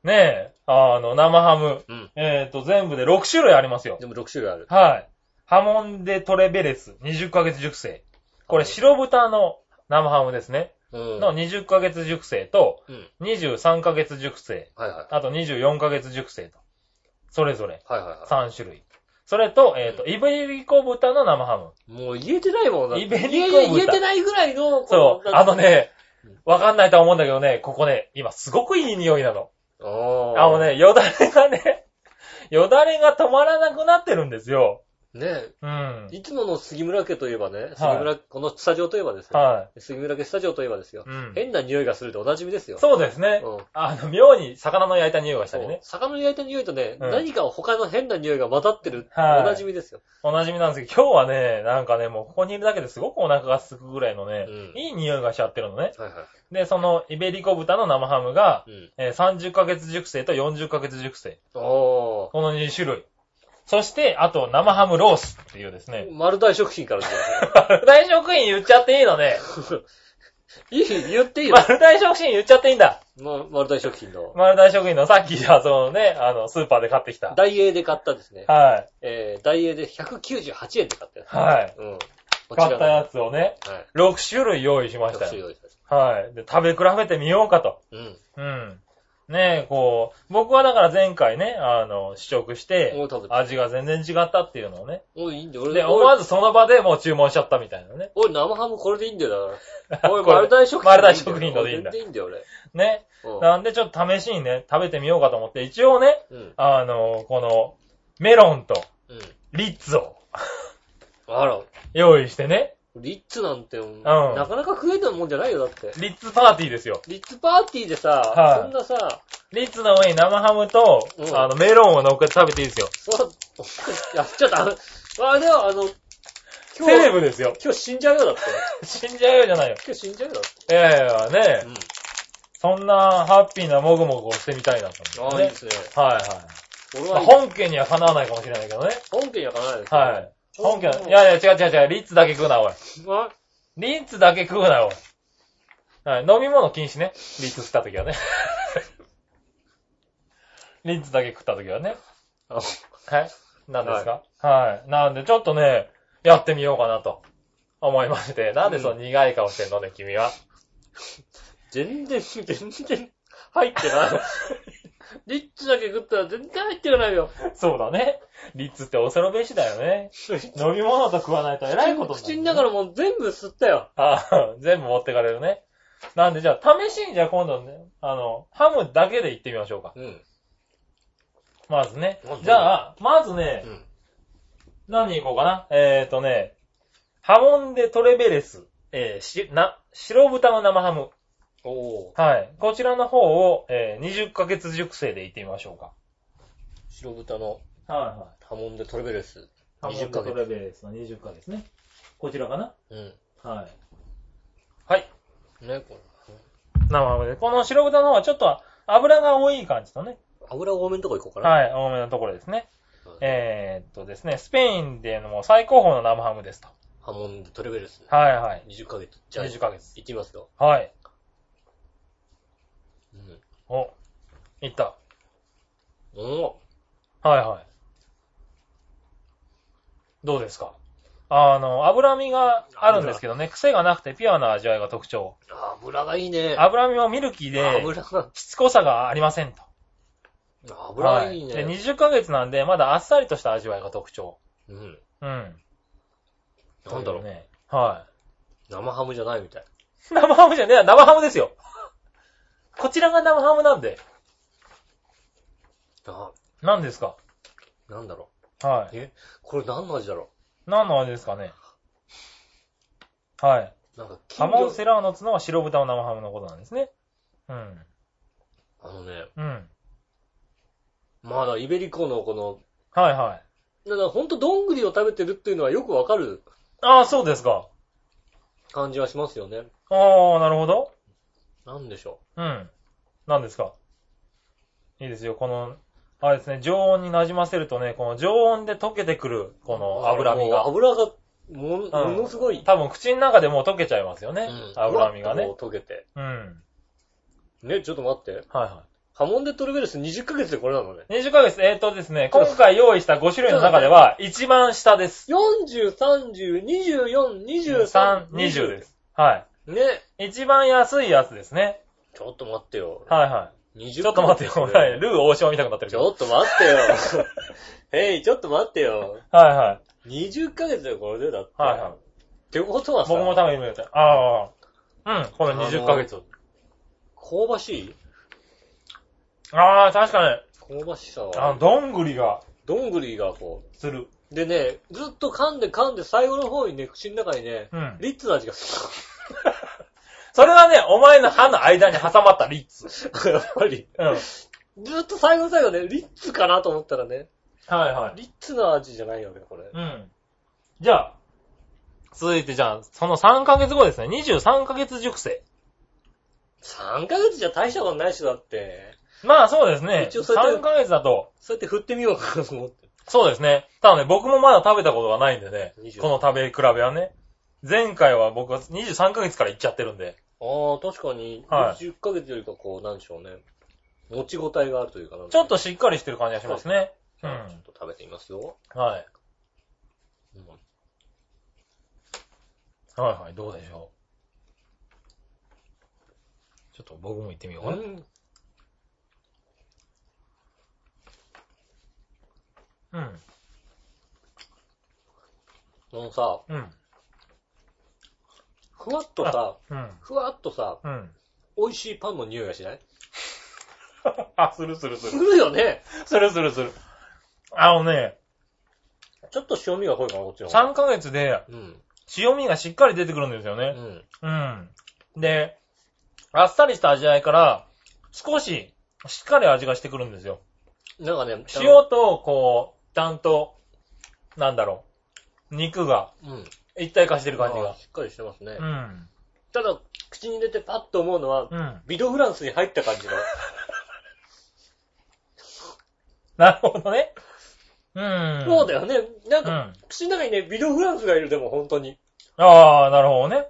ねえ、生ハム。全部で6種類ありますよ。 でも6種類ある。 はい。ハモンデトレベレス、20ヶ月熟成。これ白豚の生ハムですね。の20ヶ月熟成と、23ヶ月熟成。あと24ヶ月熟成と。それぞれ。3種類。それと、イベリコ豚の生ハム。 もう言えてないもんな。 イベリコ豚。 言えてないぐらいの。 そう。わかんないと思うんだけどね、ここね、今すごくいい匂いなの。よだれが止まらなくなってるんですよ。 ねえ。いつもの杉村家といえばね、このスタジオといえばですよ。 杉村家スタジオといえばですよ。変な匂いがするっておなじみですよ。 そうですね。妙に魚の焼いた匂いがしたりね。 魚の焼いた匂いとね、何か他の変な匂いが混ざってる。おなじみですよ。 おなじみなんですけど、今日はね、なんかね、もうここにいるだけですごくお腹が空くぐらいのね、いい匂いがしちゃってるのね。で、そのイベリコ豚の生ハムが、30ヶ月熟成と40ヶ月熟成。この2種類。そして、あと、生ハムロースっていうですね。 丸大食品からですね。丸大食品言っちゃっていいのね。 言っていいの？ 丸大食品言っちゃっていいんだ。 丸大食品の。 丸大食品の、さっきじゃあ、スーパーで買ってきた。 ダイエーで買ったですね。 はい。 ダイエーで198円で買ったやつ。 はい。買ったやつをね、6種類用意しましたよ。6種類用意しました。はい。で、食べ比べてみようかと。ねえ、僕はだから前回ね、試食して、味が全然違ったっていうのをね。 いいんだよ、 で、思わずその場でもう注文しちゃったみたいなね。 生ハムこれでいいんだよ、だから。丸大食品。 丸大食品のでいいんだ。 全然いいんだよ、俺。 ね。なんでちょっと試しにね、食べてみようかと思って、一応ね、この、メロンと、リッツを、用意してね。 リッツなんて、なかなか食えたもんじゃないよ、だって。 リッツパーティーですよ。 リッツパーティーでさ、そんなさ、 リッツの上に生ハムと、メロンを乗っけて食べていいですよ。 やっちゃった。では、 セレブですよ。 今日死んじゃうよ、だって。 死んじゃうよじゃないよ。 今日死んじゃうよ、だって。 いやね、そんなハッピーなもぐもぐをしてみたいなと思って、 いいですね。 本家にはかなわないかもしれないけどね。 本家にはかなわないですね。はい。本家、いや、違う、リッツだけ食うな、おい。リッツだけ食うな、おい。はい、飲み物禁止ね。リッツ食った時はね。リッツだけ食った時はね。はい。何ですか？はい。なんで、ちょっとね、やってみようかなと思いまして。なんでその苦い顔してんのね、君は。 全然入ってない。リッツだけ食ったら全然入ってないよ。 そうだね。リッツって恐るべしだよね。飲み物と食わないと偉いことだ、ね。 口の中からもう全部吸ったよ。 全部持ってかれるね。なんでじゃあ、試しにじゃあ今度ね、ハムだけで行ってみましょうか。まずね。じゃあ、まずね、何行こうかな。ハモンデトレベレス、白豚の生ハム。はい。こちらの方を、20ヶ月熟成でいってみましょうか。 白豚の、 ハモンデトレベレス。 ハモンデトレベレスの20ヶ月ね。こちらかな。はい。はい。 ね、これ。 生ハムで。この白豚の方はちょっと油が多い感じとね。 油多めのとこ行こうかな。 はい、多めのところですね。ですね、スペインでのもう最高峰の生ハムですと。 ハモンデトレベレス。 はい。 20ヶ月。じゃあ、 20ヶ月。 いってみますよ。 はい。いった。はい。どうですか？ 脂身があるんですけどね、癖がなくてピュアな味わいが特徴。 脂がいいね。 脂身もミルキーで、しつこさがありませんと。 脂がいいね。 で、20ヶ月なんで、まだあっさりとした味わいが特徴。 うん。 うん。 なんだろうね。はい。 生ハムじゃないみたい。 生ハムじゃねえ、生ハムですよ。こちらが生ハムなんで。何ですか？ なんだろう。はい。 これ何の味だろう？何の味ですかね？はい。 なんかハモンセラーノツのは白豚の生ハムのことなんですね。うん。うん。 まだイベリコのこの、 はいはい。 だからほんとどんぐりを食べてるっていうのはよくわかる。 ああ、そうですか。 感じはしますよね。 ああ、なるほど。 なんでしょう。うん。何ですか？いいですよ。この、あれですね、常温に馴染ませるとね、この常温で溶けてくる、この脂身が。 油がものすごい。 多分口の中でもう溶けちゃいますよね。脂身がね。 溶けて。 うん。 ね、ちょっと待って。 はいはい。 ハモンデッドレベルス20ヶ月でこれなのね。 20ヶ月、ですね、今回用意した5種類の中では、一番下です。 40、30、24、23、 20です。はい。 ね。 一番安いやつですね。 ちょっと待ってよ。 はいはい。ちょっと待ってよ。ルー大島みたくなってるけど。ちょっと待ってよ。ちょっと待ってよ。 はいはい。 20ヶ月だよ、これでだって。 はいはい。 ってことはさ。 僕も多分今言った。ああ。うん、この20ヶ月。 香ばしい？ ああ、確かに。香ばしさは。 どんぐりがこう。 する。 でね、ずっと噛んで最後の方にね、口の中にね、リッツの味がする。 それはね、お前の歯の間に挟まったリッツ。 やっぱり。うん。ずっと最後ね、リッツかなと思ったらね。 はいはい。 リッツの味じゃないわけだ、これ。 うん。じゃあ、続いてその3ヶ月後ですね。23ヶ月熟成。 3ヶ月じゃ大したことないしだって。 まあそうですね。一応3ヶ月だと。 そうやって振ってみようかなと思って。 そうですね。ただね、僕もまだ食べたことがないんでね。この食べ比べはね。前回は僕は23ヶ月からいっちゃってるんで。 ああ、確かに。20ヶ月よりかこう、なんでしょうね。持ち応えがあるというかな。 ちょっとしっかりしてる感じがしますね。 うん。ちょっと食べてみますよ。 はい。うん、はいはい、どうでしょう。ちょっと僕も行ってみようかな。うん。 さ、ふわっとさ、美味しいパンの匂いがしない？ する。するよね。 する。 ちょっと塩味が濃いかな、こっちの。 3ヶ月で、塩味がしっかり出てくるんですよね。で、あっさりした味わいから、少し、しっかり味がしてくるんですよ。 なんかね、 塩と、こう、ちゃんと、なんだろう、肉が、一体化してる感じが。 しっかりしてますね。ただ、口に入れてパッと思うのは、ビドフランスに入った感じが。 なるほどね。 そうだよね。なんか、口の中にね、ビドフランスがいる、でも本当に。 ああ、なるほどね。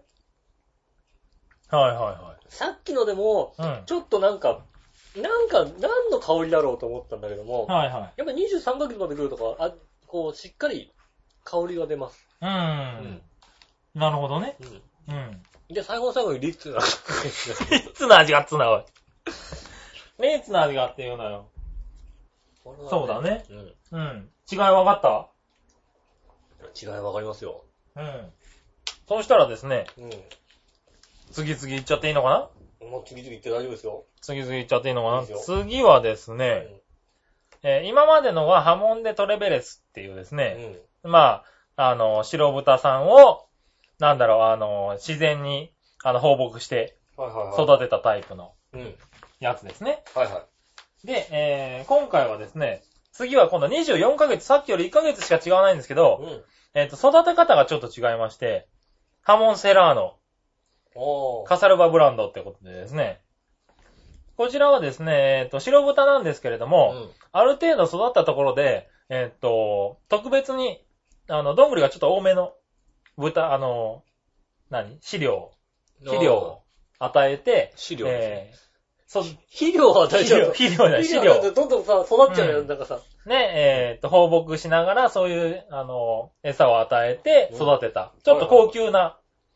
はい。 さっきのでも、ちょっとなんか、何の香りだろうと思ったんだけども、やっぱ23ヶ月まで来るとか、こう、しっかり香りが出ます。 なるほどね。 で、最後にリッツの味。 リッツの味がっつな、おい。リッツの味がって言うのよ。そうだね。違い分かった？ 違い分かりますよ。 そうしたらですね。次々いっちゃっていいのかな？ もう次々いって大丈夫ですよ。 次々いっちゃっていいのかな？次はですね、今までのはハモンデトレベレスっていうですね、まあ、白豚さんを、なんだろう、自然に、放牧して、育てたタイプの、やつですね。で、今回はですね、次は今度24ヶ月、さっきより1ヶ月しか違わないんですけど、育て方がちょっと違いまして、ハモンセラーノ、カサルバブランドってことでですね、こちらはですね、白豚なんですけれども、ある程度育ったところで、特別に、どんぐりがちょっと多めの豚、肥料を与えて、 肥料は大丈夫。 肥料だよ、肥料。 どんどんさ、育っちゃうよ、なんかさ。 ね、放牧しながら、そういう、餌を与えて育てた。ちょっと高級な、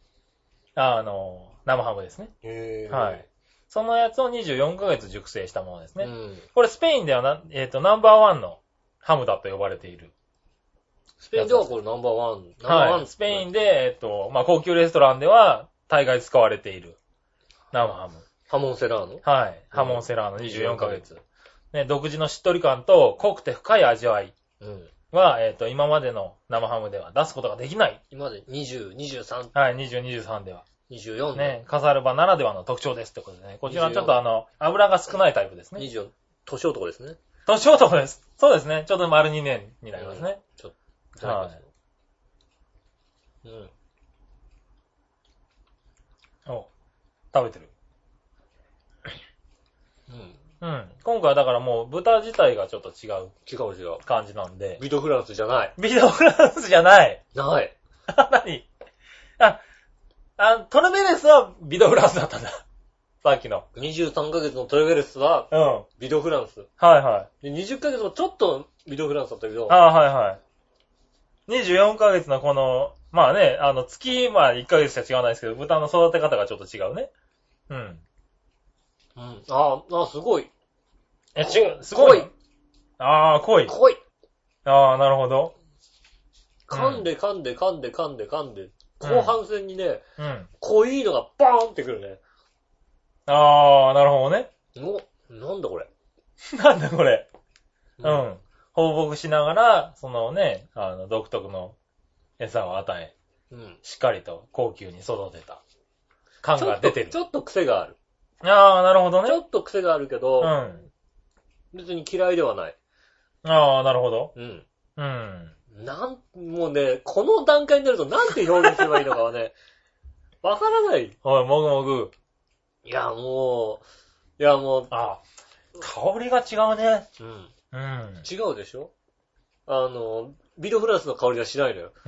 生ハムですね。はい。そのやつを24ヶ月熟成したものですね。これスペインではナンバーワンのハムだと呼ばれている。 スペインではこれナンバーワン。 はい。スペインで、高級レストランでは大概使われている生ハム。 ハモンセラーノ？ はい。ハモンセラーノ24ヶ月。ね、独自のしっとり感と濃くて深い味わいは、今までの生ハムでは出すことができない。 今まで20、23。 はい、20、23では。 24 ね。カサルバならではの特徴ですってことでね。こちらはちょっと油が少ないタイプですね。 24、年男ですね。 年男です。そうですね。ちょうど丸2年になりますね。ちょっと。はい。お、食べてる。今回はだからもう豚自体がちょっと違う感じなんで。 ビドフランスじゃない。 ビドフランスじゃない。 ない。 何？トルベレスはビドフランスだったんだ。さっきの。 23ヶ月のトルベレスは、ビドフランス。 はいはい。 で、20ヶ月もちょっとビドフランスだったけど。 はいはい。24ヶ月のこの、まあね、月、まあ1ヶ月しか違わないですけど、豚の育て方がちょっと違うね。 すごい。 すごい。濃い。 濃い。 なるほど。 噛んで、後半戦にね、濃いのがバーンってくるね。 なるほどね。 なんだこれ。 なんだこれ。放牧しながら、そのね、独特の餌を与え、しっかりと高級に育てた感が出てる。 ちょっと癖がある。 なるほどね。 ちょっと癖があるけど、別に嫌いではない。 なるほど。 もうね、この段階になるとなんて表現すればいいのかはね、わからない。 もぐもぐ。 いや、もう。 香りが違うね。 違うでしょ？ビドフランスの香りがしないのよ。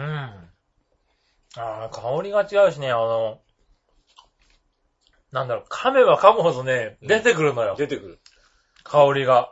香りが違うしね、なんだろう、噛めば噛むほどね、出てくるのよ。 出てくる。 香りが。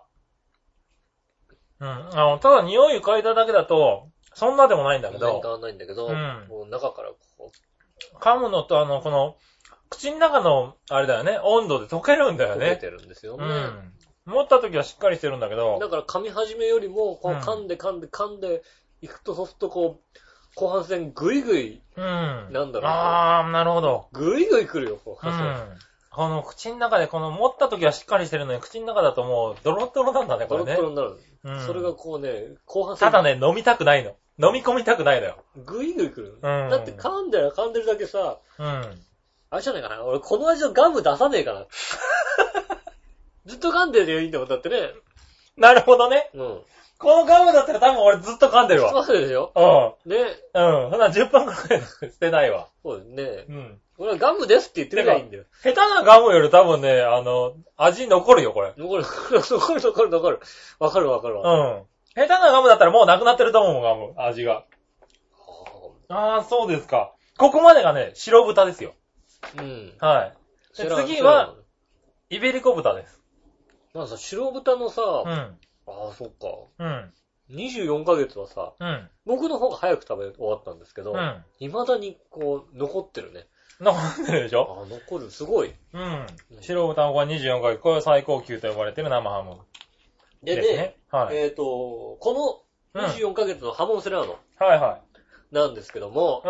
ただ匂いを嗅いだだけだと、そんなでもないんだけど。 変わんないんだけど、もう中からこう。噛むのとこの、口の中の、あれだよね、温度で溶けるんだよね。 溶けてるんですよね。 持った時はしっかりしてるんだけど。 だから噛み始めよりも、こう噛んでいくと、そうするとこう、後半戦ぐいぐい、なんだろう。 なるほど。 ぐいぐい来るよ、後半戦。この口の中で、持った時はしっかりしてるのに、口の中だともう、ドロッドロなんだね、これね。 ドロッドロになる。それがこうね、後半戦。 ただね、飲みたくないの。飲み込みたくないのよ。 ぐいぐい来る。だって噛んでるだけさ、あれじゃないかな。俺、この味のガム出さねえかな。ずっと噛んでるよ、いいんだもん。だってね。 なるほどね。このガムだったら多分俺ずっと噛んでるわ。 そうですよ。ね。 そんな10分くらい捨てないわ。 そうですね。俺はガムですって言ってればいいんだよ。 下手なガムより多分ね、味残るよ、これ。 残る。わかる。 下手なガムだったらもうなくなってると思うもん、ガム。味が。そうですか。ここまでがね、白豚ですよ。はい。次は、イベリコ豚です。 なんかさ、白豚のさ、そっか。24ヶ月はさ、僕の方が早く食べ終わったんですけど、未だにこう、残ってるね。 残ってるでしょ？ 残る。すごい。 白豚の子は24ヶ月。これは最高級と呼ばれてる生ハム。 でね、この24ヶ月のハモンセラーノ。なんですけども、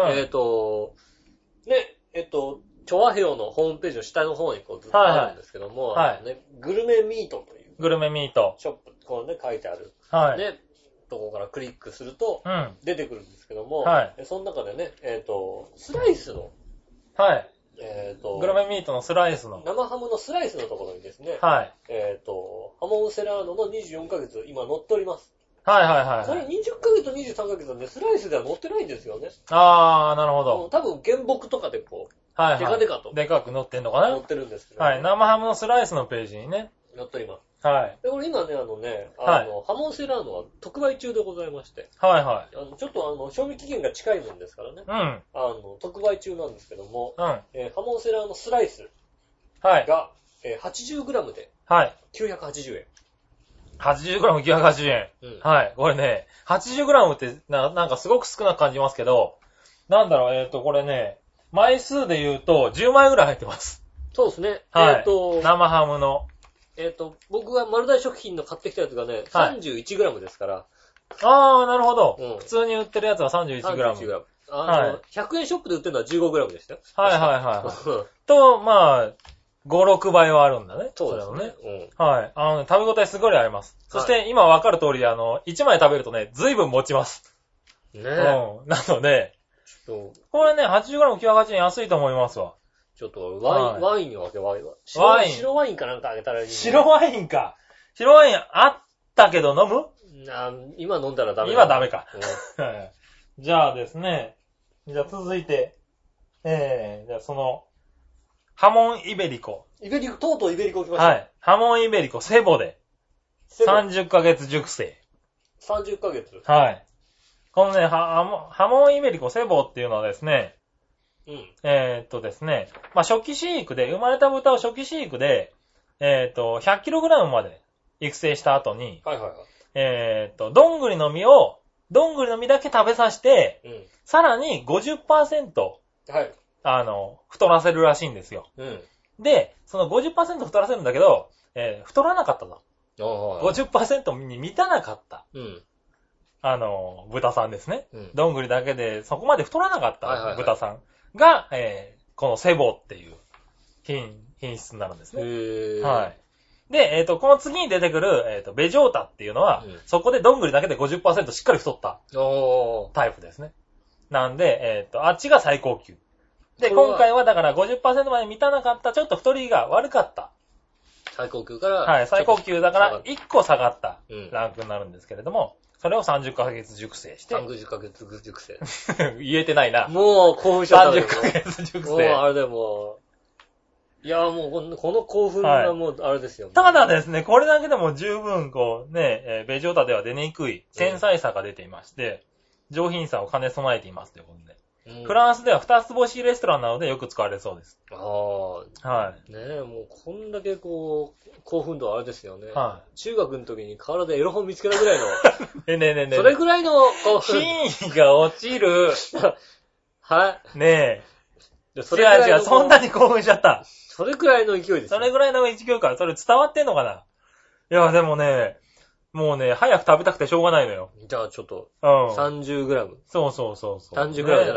チョアヘオのホームページの下の方にこうずっとあるんですけども、グルメミートという。 グルメミート。 ショップ、こうね、書いてある。とこからクリックすると、出てくるんですけども、その中でね、スライスの、 グルメミートのスライスの。 生ハムのスライスのところにですね、ハモンセラーノの24ヶ月、今載っております。それ20ヶ月と23ヶ月はね、スライスでは載ってないんですよね。 なるほど。 多分原木とかでこう、デカデカと。 でかく載ってんのかな？ 載ってるんですけど。 生ハムのスライスのページにね。 載っております。で、これ今ね、ハモンセラーノは特売中でございまして。ちょっと賞味期限が近いもんですからね。特売中なんですけども、ハモンセラーノスライスが、 80g で。 はい。 980円。 80g980 円。うん。はい。これね、80g ってなんかすごく少なく感じますけど、なんだろう、これね、枚数で言うと10枚ぐらい入ってます。 そうですね。 はい。生ハムの。 僕が丸大食品の買ってきたやつがね、はい、31g ですから。 あー、なるほど。うん、普通に売ってるやつは 31g。 31g。はい。100円ショップで売ってるのは 15g でしたよ。 はいはいはい。と、まあ、5、6倍はあるんだね。 そうですね。 うん。はい。食べ応えすごいあります。そして、今わかる通り、1枚食べるとね、随分持ちます。 ねえ。 うん。なので、これね、80g980円安いと思いますわ。 ちょっと、ワインをあげ、ワイン。白ワインかなんかあげたらいい、ね。 白ワインか。白ワインあったけど飲む？ 今飲んだらダメだ。 今ダメか。じゃあですね。じゃあ続いて、じゃあハモンイベリコ。 とうとうイベリコ来ました。 はい。ハモンイベリコセボで。30ヶ月熟成。 30ヶ月。 はい。このね、ハモンイベリコセボっていうのはですね、 うん。 ですね、まあ、初期飼育で、生まれた豚を初期飼育で、100kg まで育成した後に、 はいはいはい。 どんぐりの実だけ食べさせて、うん、さらに 50%、 はい。 太らせるらしいんですよ。 うん。 で、その 50% 太らせるんだけど、太らなかったと。50% に満たなかった。 うん。 豚さんですね。 うん。 どんぐりだけでそこまで太らなかった豚さんが、このセボっていう品質になるんですね。はい。で、この次に出てくる、ベジョータっていうのは、うん、そこでどんぐりだけで 50% しっかり太ったタイプですね。なんで、あっちが最高級。で、今回はだから 50% まで満たなかった、ちょっと太りが悪かった。 最高級から。 はい、最高級だから1個下がったランクになるんですけれども、それを30ヶ月熟成して。 30ヶ月熟成。 言えてないな。 もう興奮しちゃった。 30ヶ月熟成。 もうあれでもいやもうこの興奮がもうあれですよ、 はい。ただですね、これだけでも十分こうね、ベジョータでは出にくい繊細さが出ていまして、上品さを兼ね備えていますということで。フランスでは2つ星レストランなのでよく使われそうです。 はい。ねえ、もうこんだけこう、興奮度はあれですよね。 はい。 中学の時に河原でエロ本見つけたぐらいの。 ねえ。 それぐらいの興奮。 品位が落ちる。 はい。 ねえ。違う、そんなに興奮しちゃった。 それくらいの勢いです。 それぐらいの勢いか。それ伝わってんのかな？いや、でもね、もうね、早く食べたくてしょうがないのよ。 じゃあちょっと、 30g。そう。 30g じゃない。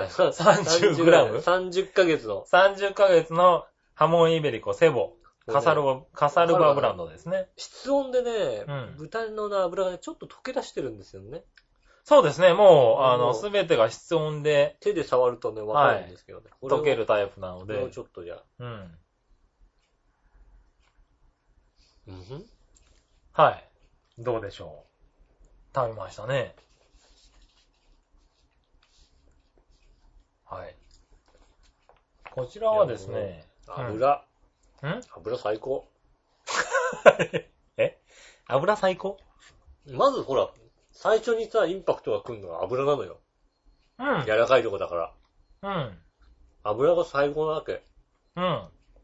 30g。 30ヶ月の。 30ヶ月のハモンイベリコセボ。カサルバブランドですね。 室温でね、豚の脂がね、ちょっと溶け出してるんですよね。 そうですね、もう、すべてが室温で。 手で触るとね、わかるんですけどね。 溶けるタイプなので。 これをちょっとじゃあ。 はい。どうでしょう。食べましたね。はい。こちらはですね。 油最高。 油最高？ まずほら、最初にさ、インパクトが来るのは油なのよ。 うん。 柔らかいとこだから。うん。 油が最高なわけ。 うん。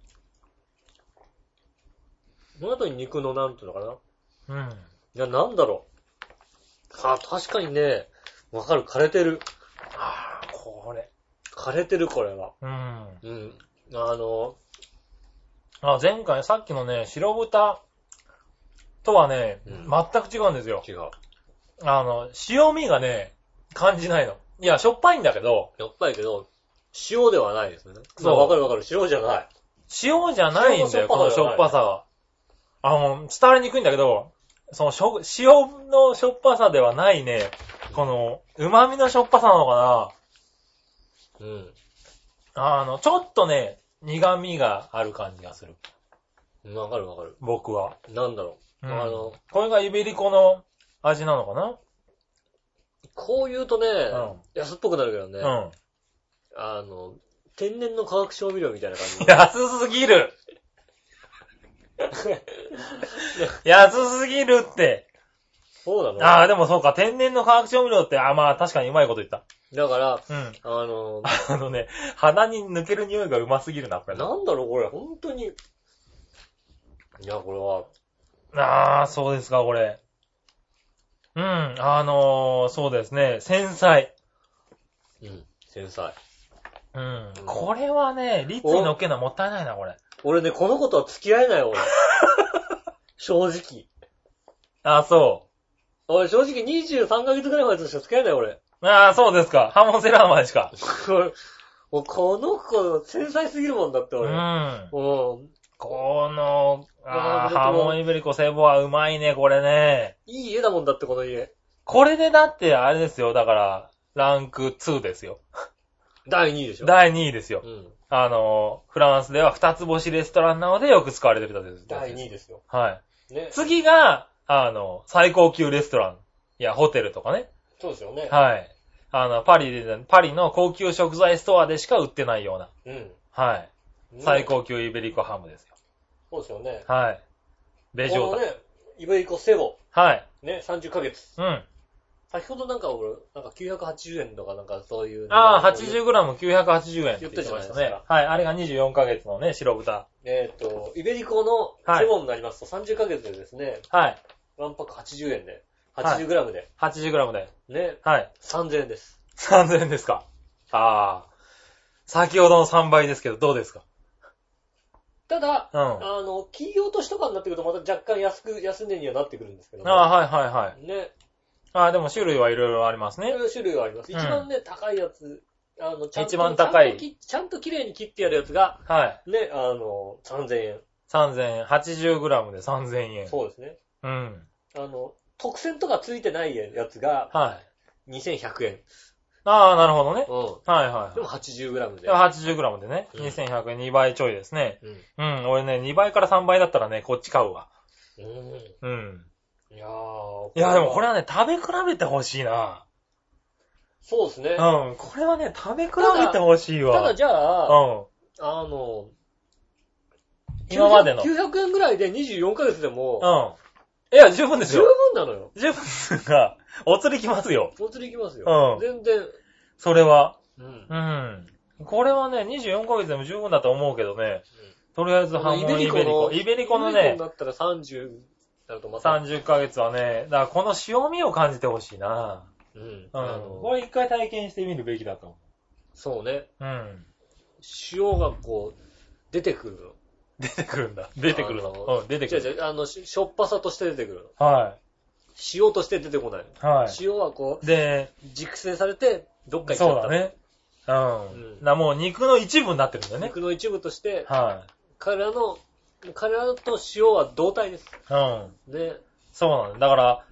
その後に肉のなんていうのかな。うん。 いや、なんだろう。確かにね、わかる、枯れてる。 これ。 枯れてる、これは。 うん。 前回さっきのね、白豚とはね、全く違うんですよ。 違う。 塩味がね、感じないの。いや、しょっぱいんだけど。 しょっぱいけど、塩ではないですね。そう、わかる、塩じゃない。 塩じゃないんだよ、このしょっぱさは。伝わりにくいんだけど、その塩のしょっぱさではないね、この、旨味のしょっぱさなのかな。ちょっとね、苦味がある感じがする。 わかる。 僕は。 なんだろう。これがイベリコの味なのかな？ こう言うとね、安っぽくなるけどね。天然の化学調味料みたいな感じ。 安すぎる安すぎるって。 そうなの？ でもそうか、天然の化学調味料って、まあ確かにうまいこと言った。 だから、 鼻に抜ける匂いがうますぎるな、これ。 なんだろう、これ、本当に。 いや、これは。 そうですか、これ。うん、そうですね、繊細。 うん、繊細。 うん。これはね、率に乗っけるのはもったいないな、これ。 俺ね、この子とは付き合えない、俺。正直。 そう。 俺、正直23ヶ月ぐらい前としか付き合えない、俺。 そうですか。ハモンセラーマンしか。 この子、繊細すぎるもんだって、俺。 この、ハモンイベリコセボはうまいね、これね。 いい家だもんだって、この家。 これでだって、あれですよ、だから、ランク2ですよ。 第2位でしょ。 第2位ですよ。フランスでは2つ星レストランなのでよく使われてるんです。 第2位ですよ。 はい。ね、次が、最高級レストランやホテルとかね。 そうですよね。 はい。パリの高級食材ストアでしか売ってないような。はい。最高級イベリコハムですよ。 そうですよね。 はい。ベジョータ。 このね、イベリコセボ。 はい。 ね、30ヶ月。先ほどなんか980円とかなんかそういう。 80g980 円って言ってましたね。はい。あれが24ヶ月のね、白豚。 イベリコのセボになりますと30ヶ月でですね。はい。ワンパック80円で。80g で。 80g で。 ね。はい。3000円です。 3000円ですか。先ほどの3倍ですけど、どうですか？ ただ、企業としとかになってくるとまた若干安値にはなってくるんですけど。 はいはいはい。 ね。 でも種類はいろいろありますね。 いろいろ種類はあります。一番ね、高いやつ、 一番高い。 ちゃんと綺麗に切ってやるやつが、はい。ね、3000円。 3000円。80g で3000円。 そうですね。うん。特選とかついてないやつが、はい。2100円。 なるほどね。はいはい。 でも 80g で。 80g でね。2100円、2倍ちょいですね。俺ね、2倍から3倍だったらね、こっち買うわ。いやでもこれはね、食べ比べてほしいな。 そうですね。 これはね、食べ比べてほしいわ。 ただじゃあ、今までの。900円ぐらいで24ヶ月でも、 いや、十分ですよ。 十分なのよ。 十分が、お釣り来ますよ。 お釣り来ますよ。全然。 それは。これはね、24ヶ月でも十分だと思うけどね。とりあえずハモンイベリコ。イベリコのね。イベリコだったら30だとまた。30ヶ月はね、だからこの塩味を感じてほしいな。これ一回体験してみるべきだと思う。 そうね。塩がこう、出てくるの。 出てくるんだ。出てくるの。出てくる。 しょっぱさとして出てくるの。はい。塩として出てこない。はい。塩はこう、熟成されて、どっか行っちゃった。 そうだね。もう肉の一部になってるんだよね。 肉の一部として、はい。彼らと塩は同体です。ね。そうなんだ。だから、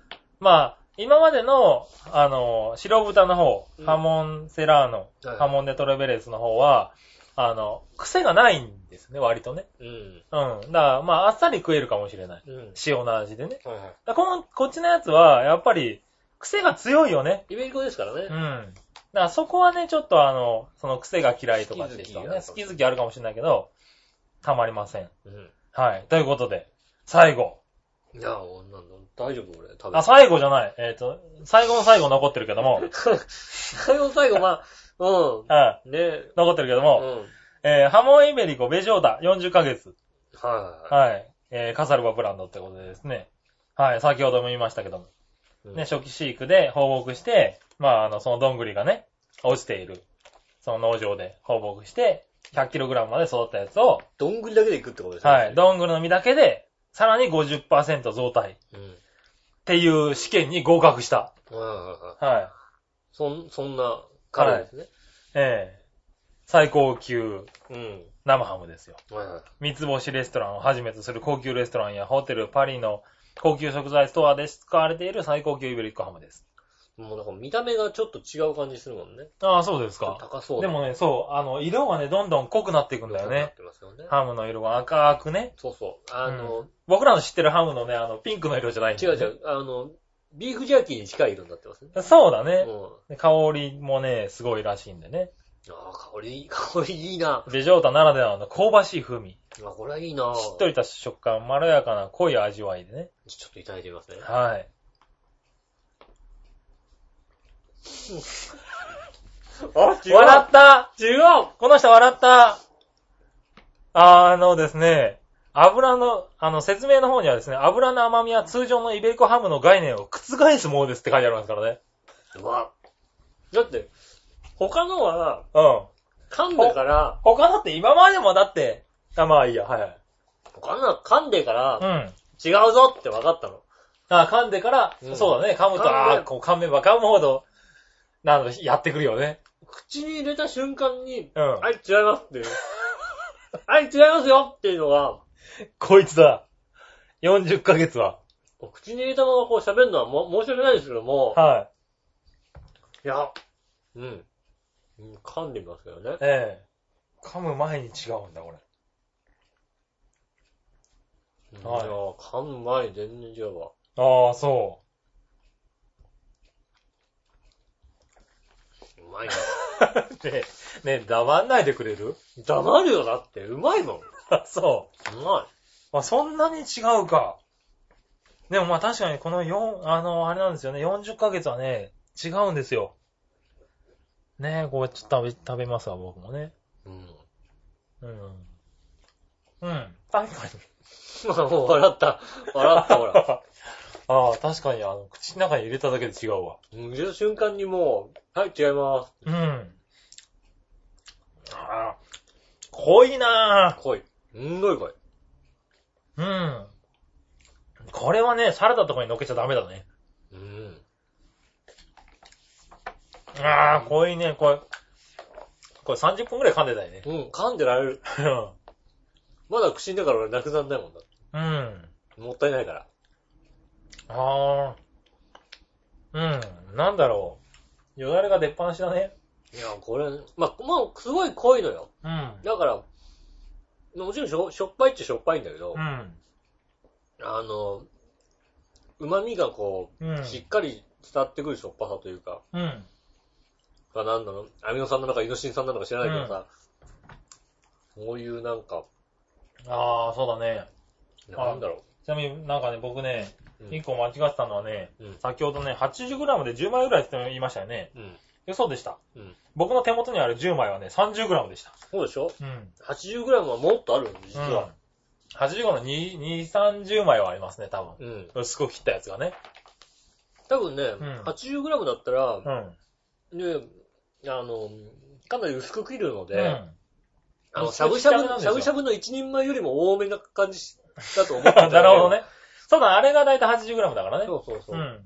今までの、白豚の方、ハモンセラーノ、ハモンデトレベレスの方は、癖がないんですね、割とね。だから、あっさり食えるかもしれない。塩の味でね。こっちのやつは、やっぱり、癖が強いよね。 イベリコですからね。 だからそこはね、ちょっとその癖が嫌いとかって人はね、好き好きあるかもしれないけど、たまりません。はい。ということで、最後。 いや、大丈夫俺、食べ最後じゃない。最後の最後残ってるけども。 最後の最後、 ね。残ってるけども、ハモンイベリコベジョータ40ヶ月。はい。カサルバブランドってことでですね。はい。先ほども言いましたけども。ね、初期飼育で放牧して、そのどんぐりがね、落ちている。その農場で放牧して、100kg まで育ったやつを。 どんぐりだけでいくってことですね。 はい。どんぐりの実だけで、さらに 50% 増体。っていう試験に合格した。 はい。そんな彼ですね。 最高級生ハムですよ。三つ星レストランをはじめとする高級レストランやホテル、パリの高級食材ストアで使われている最高級イベリコハムです。 もうなんか見た目がちょっと違う感じするもんね。 そうですか。 高そうでもね、そう、色がね、どんどん濃くなっていくんだよね。なってますよね。ハムの色が赤くね。 そうそう。 僕らの知ってるハムのね、ピンクの色じゃないんだよね。 違う。ビーフジャーキーに近い色になってますね。 そうだね。香りもね、すごいらしいんでね。 香りいいな。 ベジョータならではの香ばしい風味。 これはいいな。 しっとりとした食感、まろやかな濃い味わいでね。 ちょっといただいてみますね。 はい。 違う。 笑った。 違う。 この人笑った。ですね。 油の、説明の方にはですね、油の甘みは通常のイベリコハムの概念を覆すものですって書いてありますからね。 うわ。だって、他のは、噛んでから、 他のって今までもだって、まあいいや、はい。 他のは噛んでから、違うぞって分かったの。 噛んでから、そうだね、噛むと、こう噛めば噛むほど、やってくるよね。 口に入れた瞬間に、はい、違いますっていう。はい、違いますよっていうのが、 こいつだ。40ヶ月は。 口に入れたままこう喋るのは申し訳ないですけども、 はい。 いや、噛んでみますけどね。 噛む前に違うんだ、これ。 はい。噛む前に全然違うわ。 ああ、そう。 うまいな。 ね、黙んないでくれる？ 黙るよ、だって。うまいもん。 そう。 うまい。そんなに違うか。でもまあ確かにこのあれなんですよね。40ヶ月はね、違うんですよ。ねこれちょっと食べますわ、僕もね。確かに。 もう笑った、ほら。 ああ、確かに口の中に入れただけで違うわ。 入れた瞬間にもう、はい、違います。 濃いなぁ。 濃い。すんごい濃い。 これはね、サラダとかに乗っけちゃダメだね。濃いね、これ30分くらい噛んでたよね。 噛んでられる。まだ口の中からなくなんないもんだ。もったいないから。 なんだろう。よだれが出っ放しだね。 いや、これ、まあ、すごい濃いのよ。だから、もちろんしょっぱいっちゃしょっぱいんだけど、旨味がこう、しっかり伝わってくるしょっぱさというか、なんだろう、アミノ酸なのかイノシン酸なのか知らないけどさ、こういうなんか、 そうだね。 なんだろう。 ちなみになんかね、僕ね、1個間違ってたのはね、先ほどね、80g で10枚ぐらいって言いましたよね。そうでした。僕の手元にある10枚はね、30g でした。 そうでしょ80g はもっとあるんです、実は。 80g の2、30枚はありますね、多分。薄く切ったやつがね。 多分ね、80g だったら、で、かなり薄く切るので、しゃぶしゃぶの一人前よりも多めな感じだと思ってた。 なるほどね。そうだ、あれがだいたい 80g だからね。 そう。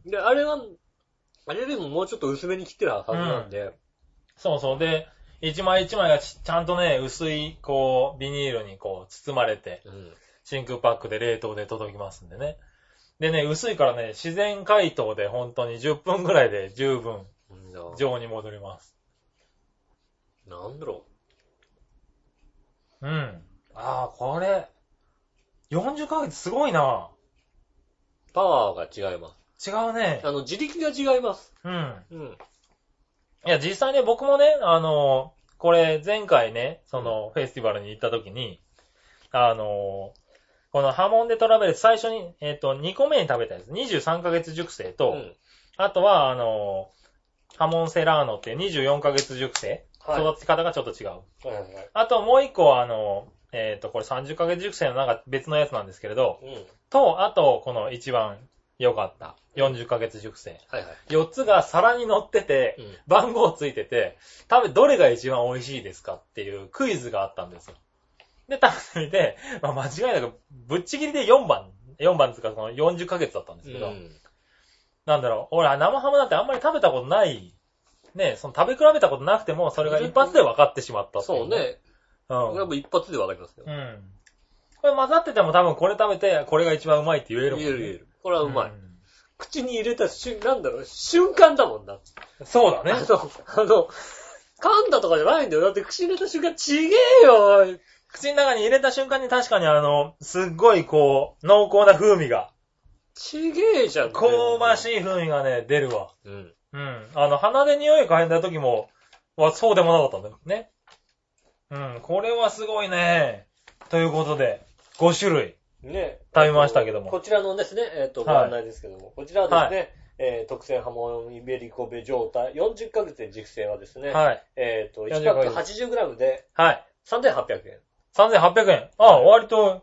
で、あれよりももうちょっと薄めに切ってるはずなんで。 そう。で、一枚一枚がちゃんとね、薄い、こう、ビニールにこう、包まれて、真空パックで冷凍で届きますんでね。でね、薄いからね、自然解凍で本当に10分ぐらいで十分、常に戻ります。 なんだろう。これ、40ヶ月すごいな。 パワーが違います。 違うね。 自力が違います。 いや、実際ね、僕もね、これ、前回ね、フェスティバルに行った時に、このハモンデトラベル最初に、2個目に食べたやつ、23ヶ月熟成と、あとは、ハモンセラーノって24ヶ月熟成、育て方がちょっと違う。あともう1個は、これ30ヶ月熟成のなんか別のやつなんですけれど、あと、この一番良かった。40ヶ月熟成。4つが皿に乗ってて、番号ついてて、どれが一番美味しいですかっていうクイズがあったんですよ。で、食べてみて、間違いなく、ぶっちぎりで4番っていうか、その40ヶ月だったんですけど、なんだろう、俺、生ハムなんてあんまり食べたことない、ね、食べ比べたことなくても、それが一発で分かってしまったっていう。 そうね。やっぱ一発で分かりますよ。 これ混ざってても多分これ食べて、これが一番うまいって言えるもんね。 言える。これはうまい。口に入れた瞬間だもんな。 そうだね。 噛んだとかじゃないんだよ。だって口に入れた瞬間ちげえよ。 口の中に入れた瞬間に確かにすっごいこう、濃厚な風味が。 ちげえじゃん。 香ばしい風味がね、出るわ。鼻で匂い嗅いだ時も、そうでもなかったんだよね。これはすごいね。ということで、5種類。ね。食べましたけども。 こちらのですね、ご案内ですけども、こちらはですね、特選ハモンイベリコベ状態、40ヶ月で熟成はですね、1パック 80g で、3800円。 3800円。割と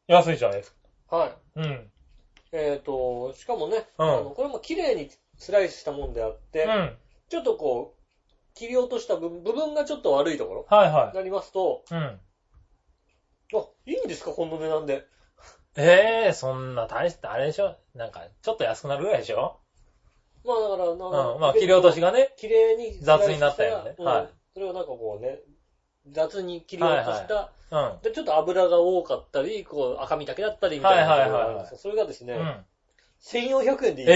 安いじゃないですか。はい。うん。しかもね、これも綺麗にスライスしたもんであって、ちょっとこう、切り落とした部分がちょっと悪いところ。はいはい。なりますと、いいんですかこんな値段で。 そんな大してあれでしょなんか、ちょっと安くなるぐらいでしょまあだから、 まあ切り落としがね、 綺麗に雑になったよね。はい。 それをなんかこうね、雑に切り落とした、でちょっと油が多かったり、こう赤身だけだったりみたいな。はいはいはい。それがですね、1400円でいい。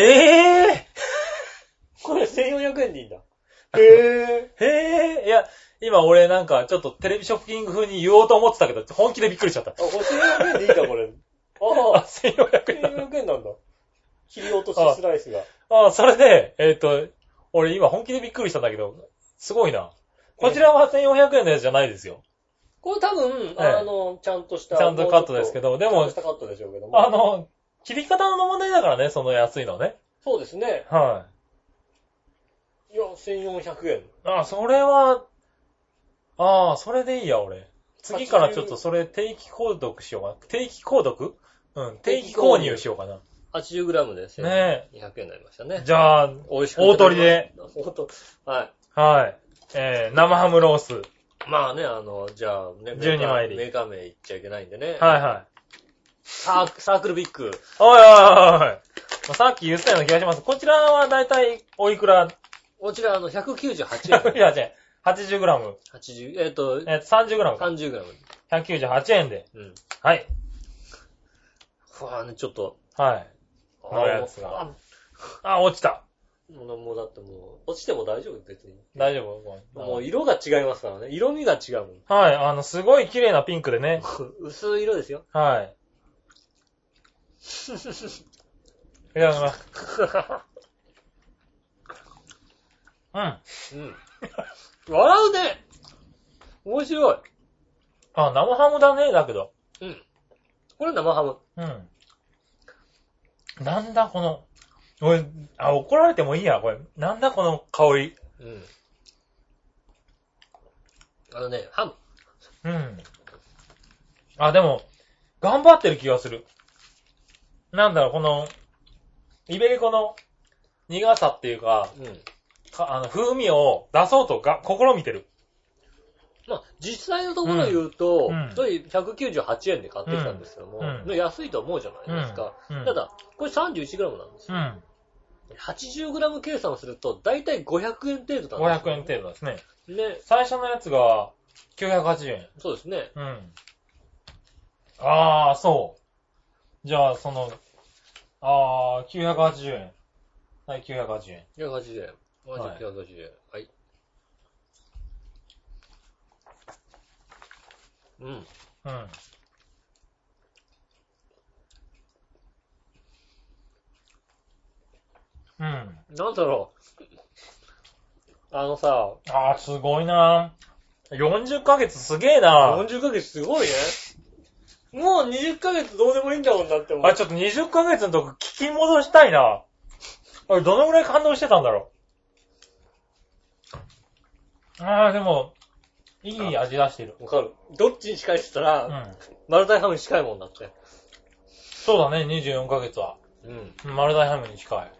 これ1400円でいいんだ。 いや、今俺なんかちょっとテレビショッピング風に言おうと思ってたけど、本気でびっくりしちゃった。 これ1400円でいいか、これ。1400円。1400円なんだ。切り落としスライスが。 それで、俺今本気でびっくりしたんだけど、すごいな。こちらは1400円のやつじゃないですよ。 これ多分、ちゃんとした。 ちゃんとカットですけど、でも、 ちゃんとしたカットでしょうけども。 切り方の問題だからね、その安いのね。 そうですね。 はい。 いや、1400円。 それは、それでいいや、俺。次からちょっとそれ定期購読しようかな。定期購読？定期購入しようかな。 80g で1200円になりましたね。 じゃあ、美味しく大取りで。 はい。 はい。生ハムロース。 まあね、じゃあね、 12枚入り。 メーカー名言っちゃいけないんでね。 はいはい。 サークルビッグ。 おいおい。さっき言ったような気がします。こちらはだいたいおいくら？ こちら198円。 いや、じゃあ、80g。 30g か。30g。 198円で。はい。 ちょっと。 はい。のやつが。落ちた。 もうだってもう、落ちても大丈夫別に。 大丈夫もう色が違いますからね。色味が違うもん。 はい。すごい綺麗なピンクでね。 薄い色ですよ。 はい。いただきます。 笑うね。面白い。 生ハムだね、だけど。 これ生ハム。 なんだこの、怒られてもいいや、これ。なんだこの香り。 ハム。 でも、頑張ってる気がする。なんだろう、この、イベリコの苦さっていうか、風味を出そうと試みてる。 まあ、実際のところを言うと、それ198円で買ってきたんですけども、安いと思うじゃないですか。ただ、これ 31g なんですよ。80g 計算をすると、だいたい500円程度なんですよ。500円程度ですね。で、最初のやつが980円。 そうですね。 そう。じゃあ、980円。はい、980円。 980円。980円。はい。なんだろう。 すごいな40ヶ月すげえな 40ヶ月すごいね。もう20ヶ月どうでもいいんだもんだってもちょっと20ヶ月のとこ聞き戻したいな。どのぐらい感動してたんだろう。でも、いい味出してる。 わかる。どっちに近いって言ったら、丸大ハムに近いもんだって。 そうだね、24ヶ月は。丸大ハムに近い。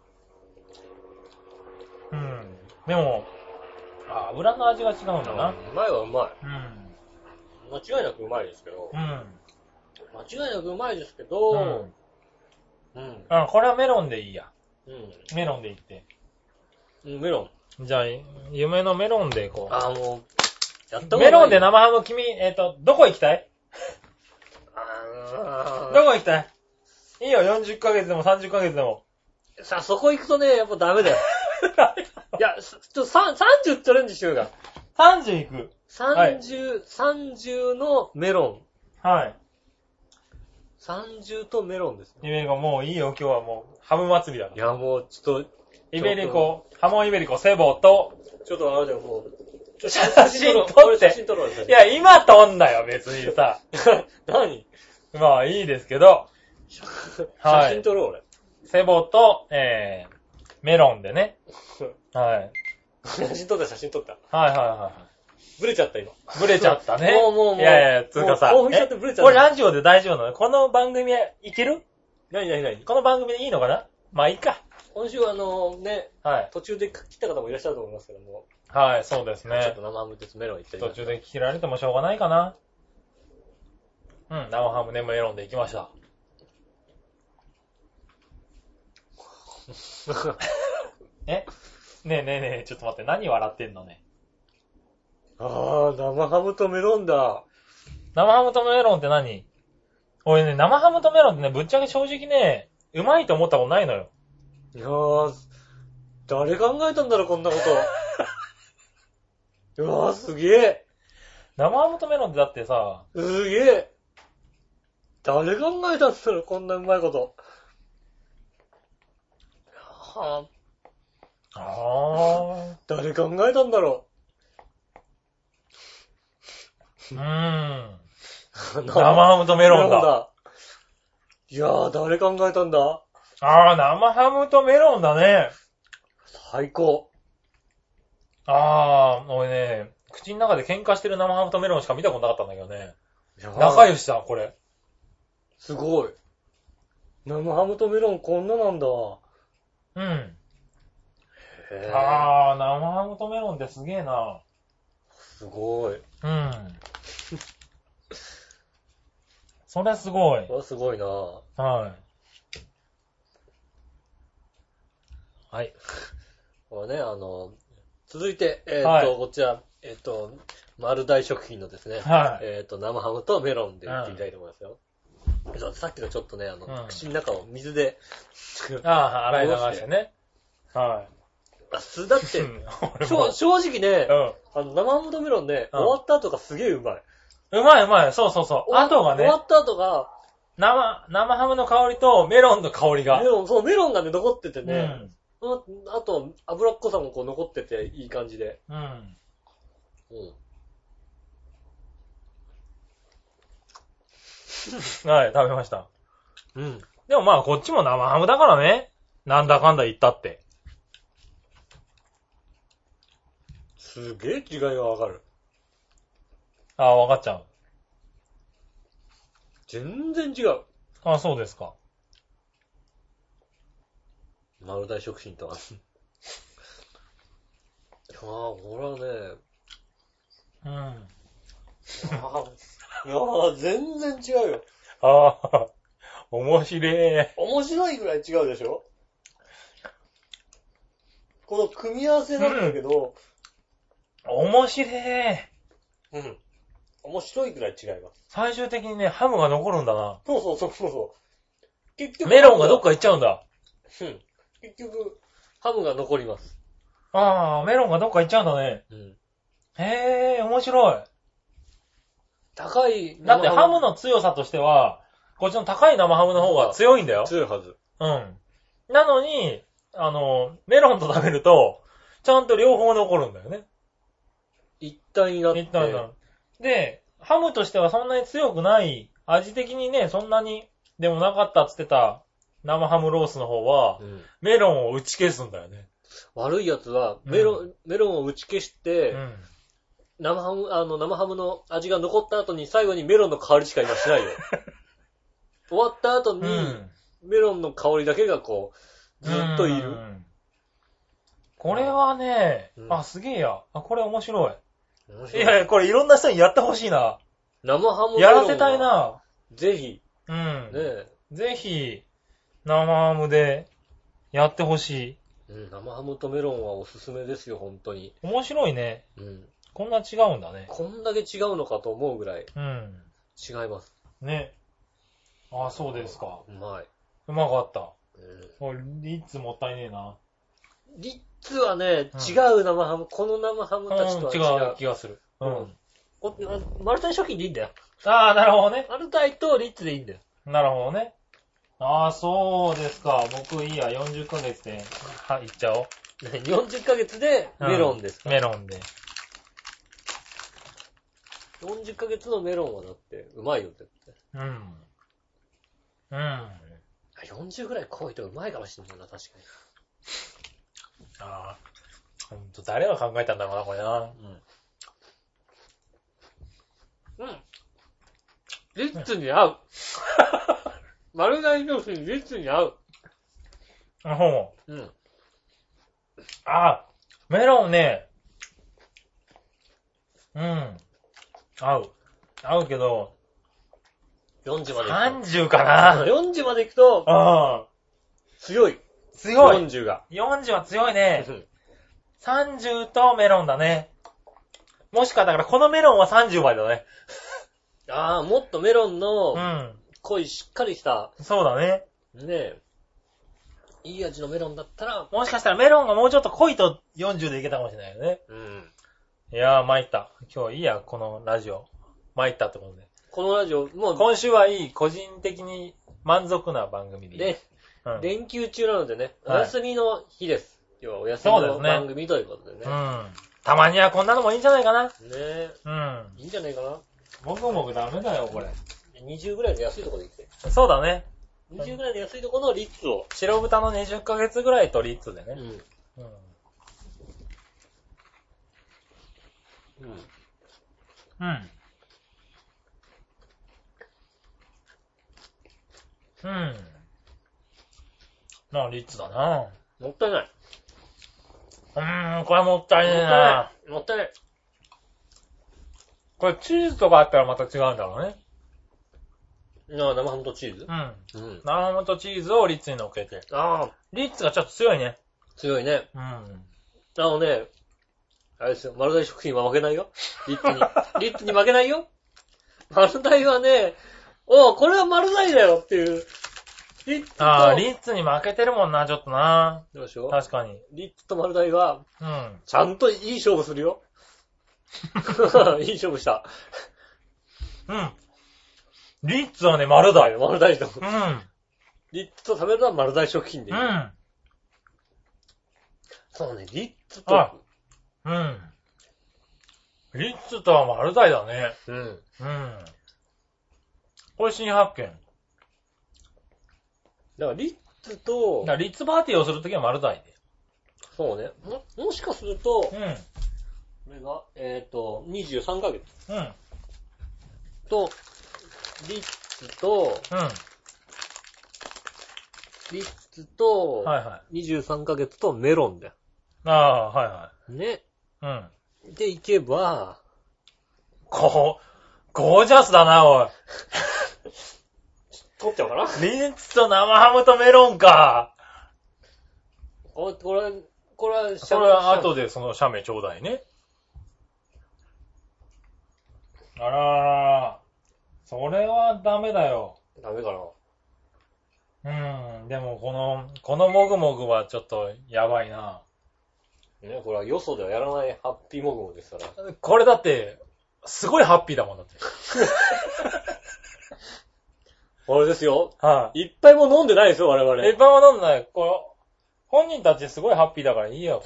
でも、油の味が違うんだな。 うまいはうまい。間違いなくうまいですけど。間違いなくうまいですけど、 これはメロンでいいや。メロンでいって。 メロン。じゃあ、夢のメロンでいこう。 もう、やったメロンで生ハム君、どこ行きたい？どこ行きたい？いいよ、40ヶ月でも30ヶ月でも。 さあ、そこ行くとね、やっぱダメだよ。いや、30チャレンジしようが。 30行く。 30のメロン。はい。 30とメロンですね。 イベリコ、もういいよ、今日はもう、ハム祭りだ。 いや、もう、ちょっと。 イベリコ、ハモンイベリコ、セボと、 ちょっとあれだよ、もう。 写真撮って。いや、今撮んなよ、別にさ。 何？ まあ、いいですけど。 写真撮ろう、俺。 セボと、メロンでね。はい。 写真撮った。 はいはいはい。 ブレちゃった今。 ブレちゃったね。 もう。 いやいや、つうかさ。 興奮しちゃってブレちゃった。 これラジオで大丈夫なの？この番組はいける？ 何この番組でいいのかな？まあいいか。 今週ははい。 途中で切った方もいらっしゃると思いますけども。 はい、そうですね。 ちょっと生ハム鉄メロンいって途中で切られてもしょうがないかな。うん、生ハムねメロンでいきました。ねえ、ちょっと待って、何笑ってんのね。 生ハムとメロンだ。 生ハムとメロンって何？俺ね、生ハムとメロンってね、ぶっちゃけ正直ね、うまいと思ったことないのよ。 いやー、誰考えたんだろ、こんなこと。うわー、すげえ。 生ハムとメロンってだってさ、 すげえ。誰考えたんだろ、こんなうまいこと。誰考えたんだろう。生ハムとメロンだ。 いやー、誰考えたんだ？ 生ハムとメロンだね。 最高。 俺ね、口の中で喧嘩してる生ハムとメロンしか見たことなかったんだけどね。仲良しだ、これ。 すごい。生ハムとメロンこんななんだ。 うん。生ハムとメロンってすげえな。 すごい。 うん。それはすごい。 それはすごいな。 はい。はい。 これね、続いて、こちら、丸大食品のですね、 はい。 生ハムとメロンでいってみたいと思いますよ。さっきのちょっとね、口の中を水で洗い流してね。はい。 だって、正直ね、生ハムとメロンね、終わった後がすげえうまい。 うまい。そう。後がね。 終わった後が、 生ハムの香りとメロンの香りが。 メロンがね、残っててね、あと、脂っこさもこう残ってていい感じで。 はい、食べました。でもまあ、こっちも生ハムだからね。なんだかんだ言ったって。 すげえ違いがわかる。 わかっちゃう。 全然違う。 そうですか。 丸大食品とは。これはね。全然違うよ。 面白い。 面白いぐらい違うでしょ？この組み合わせなんだけど。 面白い。 面白いぐらい違います。 最終的にね、ハムが残るんだな。 そう。結局。 メロンがどっか行っちゃうんだ。 結局、ハムが残ります。 メロンがどっか行っちゃうんだね。へぇー、面白い。 高い。 だってハムの強さとしては、こっちの高い生ハムの方が強いんだよ。 強いはず。 なのに、メロンと食べると、ちゃんと両方残るんだよね。 一体になって。 で、ハムとしてはそんなに強くない、味的にね、そんなにでもなかったっつってた生ハムロースの方は、メロンを打ち消すんだよね。 悪いやつは、メロンを打ち消して、生ハムの味が残った後に最後にメロンの香りしか今しないよ。終わった後に、メロンの香りだけがこう、ずっといる。 これはね、すげえや。これ面白い。いや、これいろんな人にやってほしいな。 生ハムやらせたいな。 ぜひ。 ぜひ、生ハムでやってほしい。 生ハムとメロンはおすすめですよ、本当に。 面白いね。こんな違うんだね。 こんだけ違うのかと思うぐらい。違います。 ね。そうですか。 うまい。 うまかった。リッツもったいねえな。 リッツはね、違う生ハム、この生ハムたちとは違う気がする。 マルタイ食品でいいんだよ。 なるほどね。 マルタイとリッツでいいんだよ。 なるほどね。そうですか。僕いいや、40ヶ月で、いっちゃおう。 40ヶ月でメロンですか？ メロンで。 40ヶ月のメロンはだって、うまいよって。40ぐらい濃いとうまいかもしんないな、確かに。 ほんと、誰が考えたんだろうな、これな。 うん。リッツに合う。丸大上司にリッツに合う。 あ、ほう。うん。あ、メロンね。うん。合う。合うけど、 40まで行くと。30かな。 40まで行くと、強い。 強い。 40が。 40は強いね。30とメロンだね。もしかだからこのメロンは30までだね。 ああ、もっとメロンの、濃いしっかりした。 そうだね。 ねえ。いい味のメロンだったら。 もしかしたらメロンがもうちょっと濃いと40でいけたかもしれないよね。うん。いやー、参った。今日いいや、このラジオ。参ったってことで。 このラジオ、もう。 今週はいい、個人的に満足な番組でいい。 で、連休中なのでね、お休みの日です。今日はお休みの番組ということでね。うん。 たまにはこんなのもいいんじゃないかな。ねえ。うん。いいんじゃないかな。 もぐもぐダメだよ、これ。 20ぐらいで安いとこで行って。 そうだね。 20ぐらいで安いとこのリッツを。 白豚の20ヶ月ぐらいとリッツでね。うん。うん。うん。うん。リッツだな。 もったいない。 これもったいねえな。 もったいない。 これチーズとかあったらまた違うんだろうね。 生ハムとチーズ？ うん。生ハムとチーズをリッツに乗っけて。リッツがちょっと強いね。 強いね。うん。あれですよ、丸大食品は負けないよ。リッツに。リッツに負けないよ。丸大はね、これは丸大だよっていう。 リッツに負けてるもんな、ちょっとな。 どうしよう。 確かに。 リッツと丸大は、ちゃんといい勝負するよ。いい勝負した。 うん。リッツはね、丸大。 丸大だ。うん。リッツと食べるのは丸大食品でいい。うん。そうね、リッツと。 うん。リッツとは丸大だね。うん。うん。これ新発見。 だからリッツと、 リッツパーティーをするときは丸大で。 そうね。もしかすると、これが、23ヶ月。うん。と、リッツと、リッツと、23ヶ月とメロンだよ。 はいはい。 ね。うん。で、いけば、 ゴージャスだな、おい。 取っちゃうかな？ リッツと生ハムとメロンか。 これは後でその写メちょうだいね。あらー、それはダメだよ。 ダメかな。でもこのもぐもぐはちょっとやばいな。 ね、これはよそではやらないハッピーもぐもぐですから。 これだって、すごいハッピーだもんだって。 これですよ。はい。いっぱいも飲んでないですよ、我々。 いっぱいも飲んでない。本人たちすごいハッピーだからいいや、こ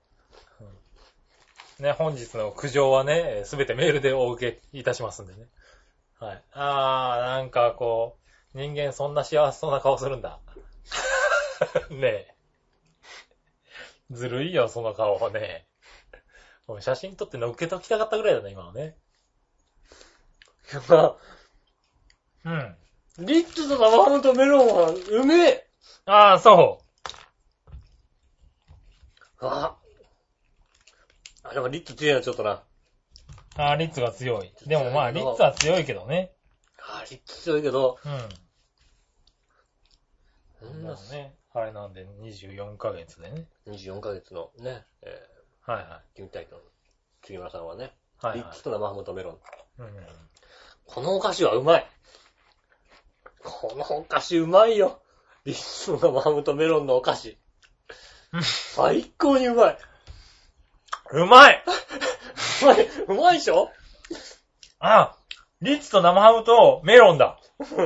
れ。ね、本日の苦情はね、すべてメールでお受けいたしますんでね。はい。なんか人間そんな幸せそうな顔するんだ。ねえ。ずるいよ、その顔をね。写真撮って乗っけときたかったぐらいだね、今はね。 うん。リッツと生ハムとメロンはうめえ。 そう。 でもリッツ強いな、ちょっとな。 リッツが強い。でもリッツは強いけどね。 リッツ強いけど。 ね。あれなんで24ヶ月でね。 24ヶ月のね、 はいはい。 君たいと、杉村さんはね。リッツと生ハムとメロン。 うん。 このお菓子はうまい。このお菓子うまいよ。リッツと生ハムとメロンのお菓子。最高にうまい。 うまい。 うまいでしょ？ リッツと生ハムとメロンだ。うん。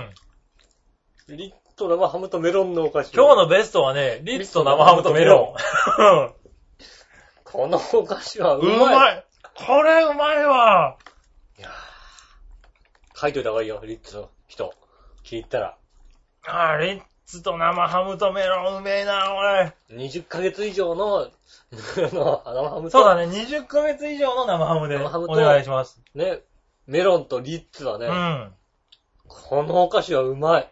リッツと生ハムとメロンのお菓子。 今日のベストはね、リッツと生ハムとメロン。 このお菓子はうまい。 うまい。これうまいわ。 いやー。書いといた方がいいよ、リッツの人。聞いたら。 リッツと生ハムとメロンうめえな、俺。 20ヶ月以上の生ハムと。 そうだね、20ヶ月以上の生ハムでお願いします。 ね。 メロンとリッツはね、このお菓子はうまい。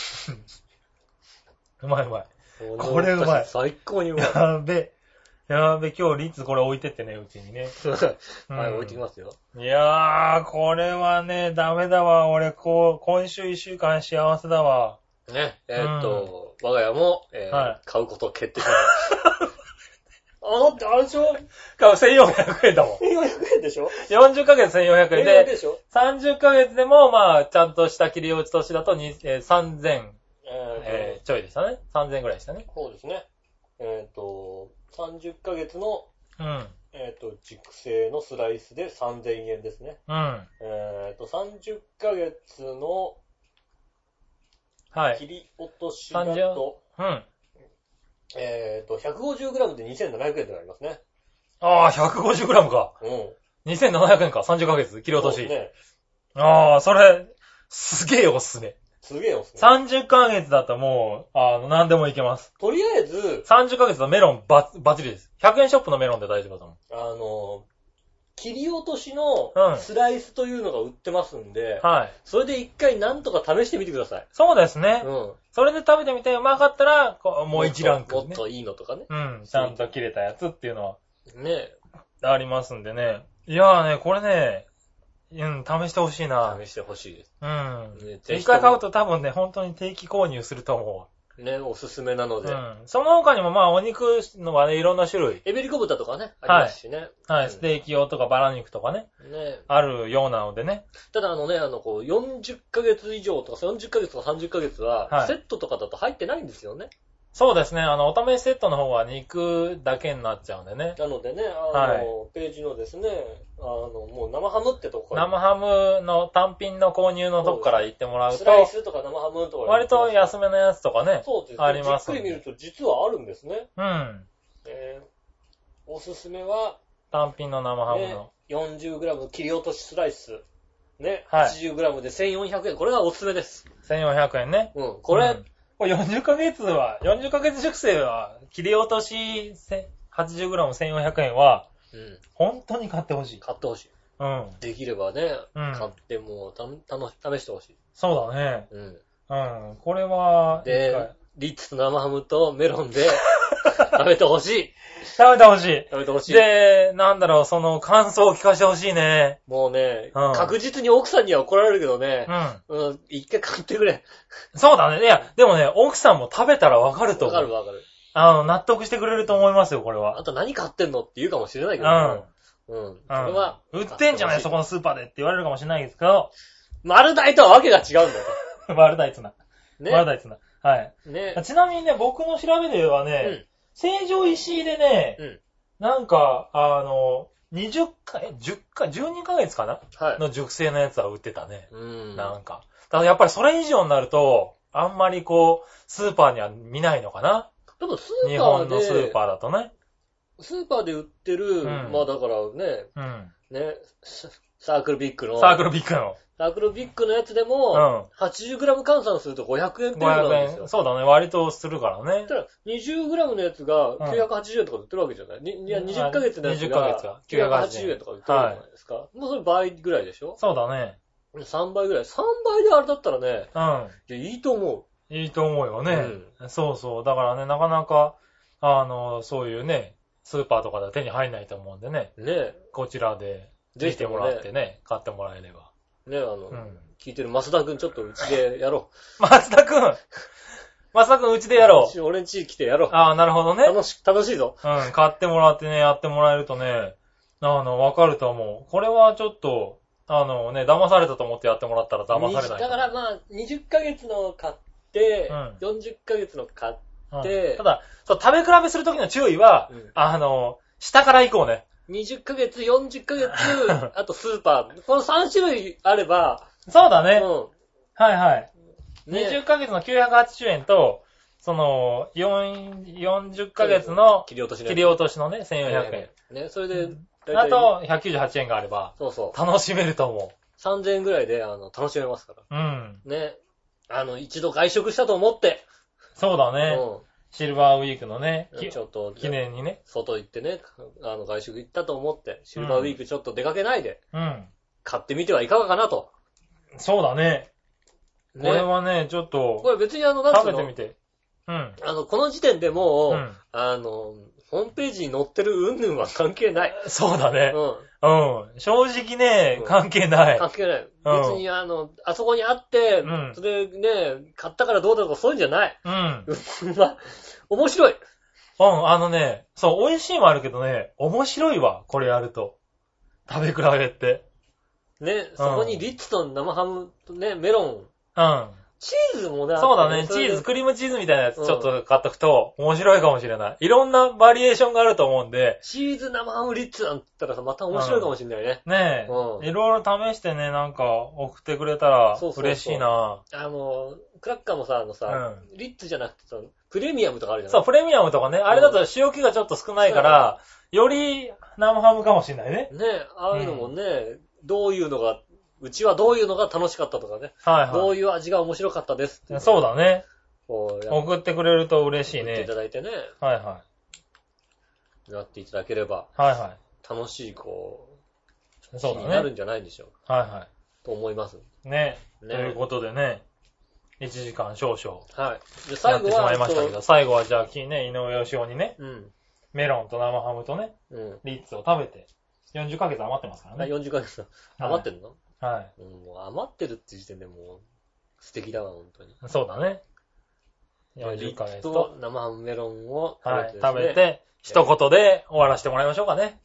うまい。これうまい。 最高にうまい。 やべ、今日リッツこれ置いてってね、うちにね。 はい、置いてきますよ。 いやー、これはね、ダメだわ。俺、今週1週間幸せだわ。 ね、我が家も、買うことを決定しました。だってあれでしょ？ 買う1400円だもん。 1400円でしょ？ 40ヶ月1400円で、30ヶ月でも、まあ、ちゃんとした切り落ちとしだと3000、ちょいでしたね。3000ぐらいでしたね。 そうですね。30ヶ月の、熟成のスライスで3000円ですね。30ヶ月の、切り落としだと、150g で2700円となりますね。 ああ、150g か。2700円か、30ヶ月、切り落とし。ね。ああ、それ、すげえおすすめ。30ヶ月だともう、何でもいけます。 とりあえず、 30ヶ月のメロンバッチリです。100円ショップのメロンで大丈夫だと思う。 切り落としのスライスというのが売ってますんで、それで一回なんとか試してみてください。 そうですね。それで食べてみてうまかったら、もう一ランク、ね。 もっといいのとかね。 ちゃんと切れたやつっていうのは。 ね。 ありますんでね。いやーね、これね、試してほしいな。 試してほしいです。 一回買うと多分ね、本当に定期購入すると思う。 ね、おすすめなので。 その他にもまあお肉のはね、いろんな種類。 エビリコ豚とかね、ありますしね。 ステーキ用とかバラ肉とかね。あるようなのでね。 ただ40ヶ月以上とか40ヶ月とか30ヶ月は、セットとかだと入ってないんですよね。 そうですね。お試しセットの方は肉だけになっちゃうんでね。 なのでね、ページのですね、もう生ハムってとこ生ハムの単品の購入のとこから行ってもらうと。 スライスとか生ハムのところ割と安めのやつとかね。 そうですね。 あります。 じっくり見ると実はあるんですね。おすすめは、 単品の生ハムの。 40g 切り落としスライス。ね。80g で1400円。これがおすすめです。 1400円ね。 これ、 40ヶ月熟成は、切り落とし 80g1400 円は、本当に買ってほしい。 買ってほしい。できればね、買っても試してほしい。 そうだね。これは、 で、リッツと生ハムとメロンで食べてほしい。 食べてほしい。 食べてほしい。 で、その感想を聞かせてほしいね。 もうね、確実に奥さんには怒られるけどね。一回買ってくれ。 そうだね。いや、でもね、奥さんも食べたらわかると思う。 わかる。 納得してくれると思いますよ、これは。 あと何買ってんのって言うかもしれないけど。それは。 売ってんじゃないそこのスーパーでって言われるかもしれないですけど。 丸大とはわけが違うんだよ。 丸大ツナ。 ね。 丸大ツナ。はい。 ね。 ちなみにね、僕の調べではね、成城石井でね、12ヶ月かなの熟成のやつは売ってたね。ただやっぱりそれ以上になると、あんまりスーパーには見ないのかな。 多分スーパーで。 日本のスーパーだとね。 スーパーで売ってる、まあだからね、サークルビッグのやつでも、80g 換算すると500円程度なんですよ。 そうだね、割とするからね。 ただ、20g のやつが980円とか売ってるわけじゃない。いや、20ヶ月のやつが980円とか売ってるじゃないですか。もうそれ倍ぐらいでしょ？ そうだね。 3倍ぐらい。3倍であれだったらね、いいと思う。いいと思うよね。そうそう。だからね、なかなか、そういうね、スーパーとかでは手に入んないと思うんでね。こちらで見てもらってね、買ってもらえれば。 聞いてる増田くんちょっとうちでやろう。増田くんうちでやろう。 俺ん家来てやろう。 なるほどね。 楽しいぞ。 買ってもらってね、やってもらえるとね、わかると思う。これはちょっと、騙されたと思ってやってもらったら騙されない。 だからまあ、20ヶ月の買って、40ヶ月の買って、 ただ、食べ比べするときの注意は、下から行こうね。 20ヶ月、40ヶ月、あとスーパー。この3種類あれば。 そうだね。はいはい。20ヶ月の980円と、40ヶ月の切り落としのね、1400円。 ね、それで、 あと、198円があれば、楽しめると思う。 3000円ぐらいで、楽しめますから。ね。一度外食したと思って。 そうだね。シルバーウィークのね、 ちょっと記念にね。 外行ってね、外食行ったと思って、シルバーウィークちょっと出かけないで。 買ってみてはいかがかなと。 そうだね。これはね、ちょっと。 これ別になん食べてみて。 うん。この時点でもう、ホームページに載ってる云々は関係ない。 そうだね。正直ね、関係ない。 関係ない。別にあそこにあって、それね、買ったからどうだとかそういうんじゃない。面白い。 そう、美味しいもあるけどね、面白いわ、これやると。食べ比べって。 ね、そこにリッツと生ハムとね、メロン。チーズもね、 そうだね、チーズ、クリームチーズみたいなやつちょっと買っとくと面白いかもしれない。いろんなバリエーションがあると思うんで。 チーズ生ハムリッツなんて言ったらさ、また面白いかもしれないね。 ねえ。いろいろ試してね、なんか送ってくれたら嬉しいな。 クラッカーもさ、リッツじゃなくてさ、プレミアムとかあるじゃん。 そう、プレミアムとかね。あれだと塩気がちょっと少ないから、より生ハムかもしれないね。 ねえ、ああいうのもね、どういうのが、うちはどういうのが楽しかったとかね。どういう味が面白かったですって。 そうだね。送ってくれると嬉しいね。 送っていただいてね。やっていただければ。楽しい、そうだね。になるんじゃないでしょう。と思います。 ね。ということでね。1時間少々。 で、最後は。やってしまいましたけど、最後はじゃあ、井上義雄にね。メロンと生ハムとね。リッツを食べて。40ヶ月余ってますからね。 40ヶ月余ってるの？ もう余ってるって時点でもう素敵だわ、本当に。 そうだね。 40ヶ月と生ハムメロンを食べて、一言で終わらせてもらいましょうかね。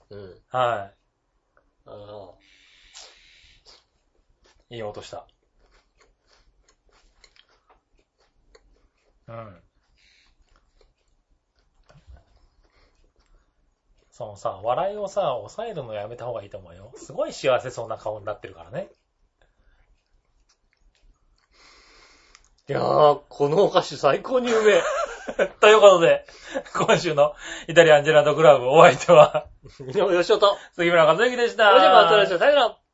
いい音した。そのさ、笑いをさ、抑えるのやめた方がいいと思うよ。すごい幸せそうな顔になってるからね。 いやー、このお菓子最高にうめえ。 ということで、今週のイタリアンジェラートクラブお相手は、 井上義雄と杉村和之でした。 それではまた来週、さよなら。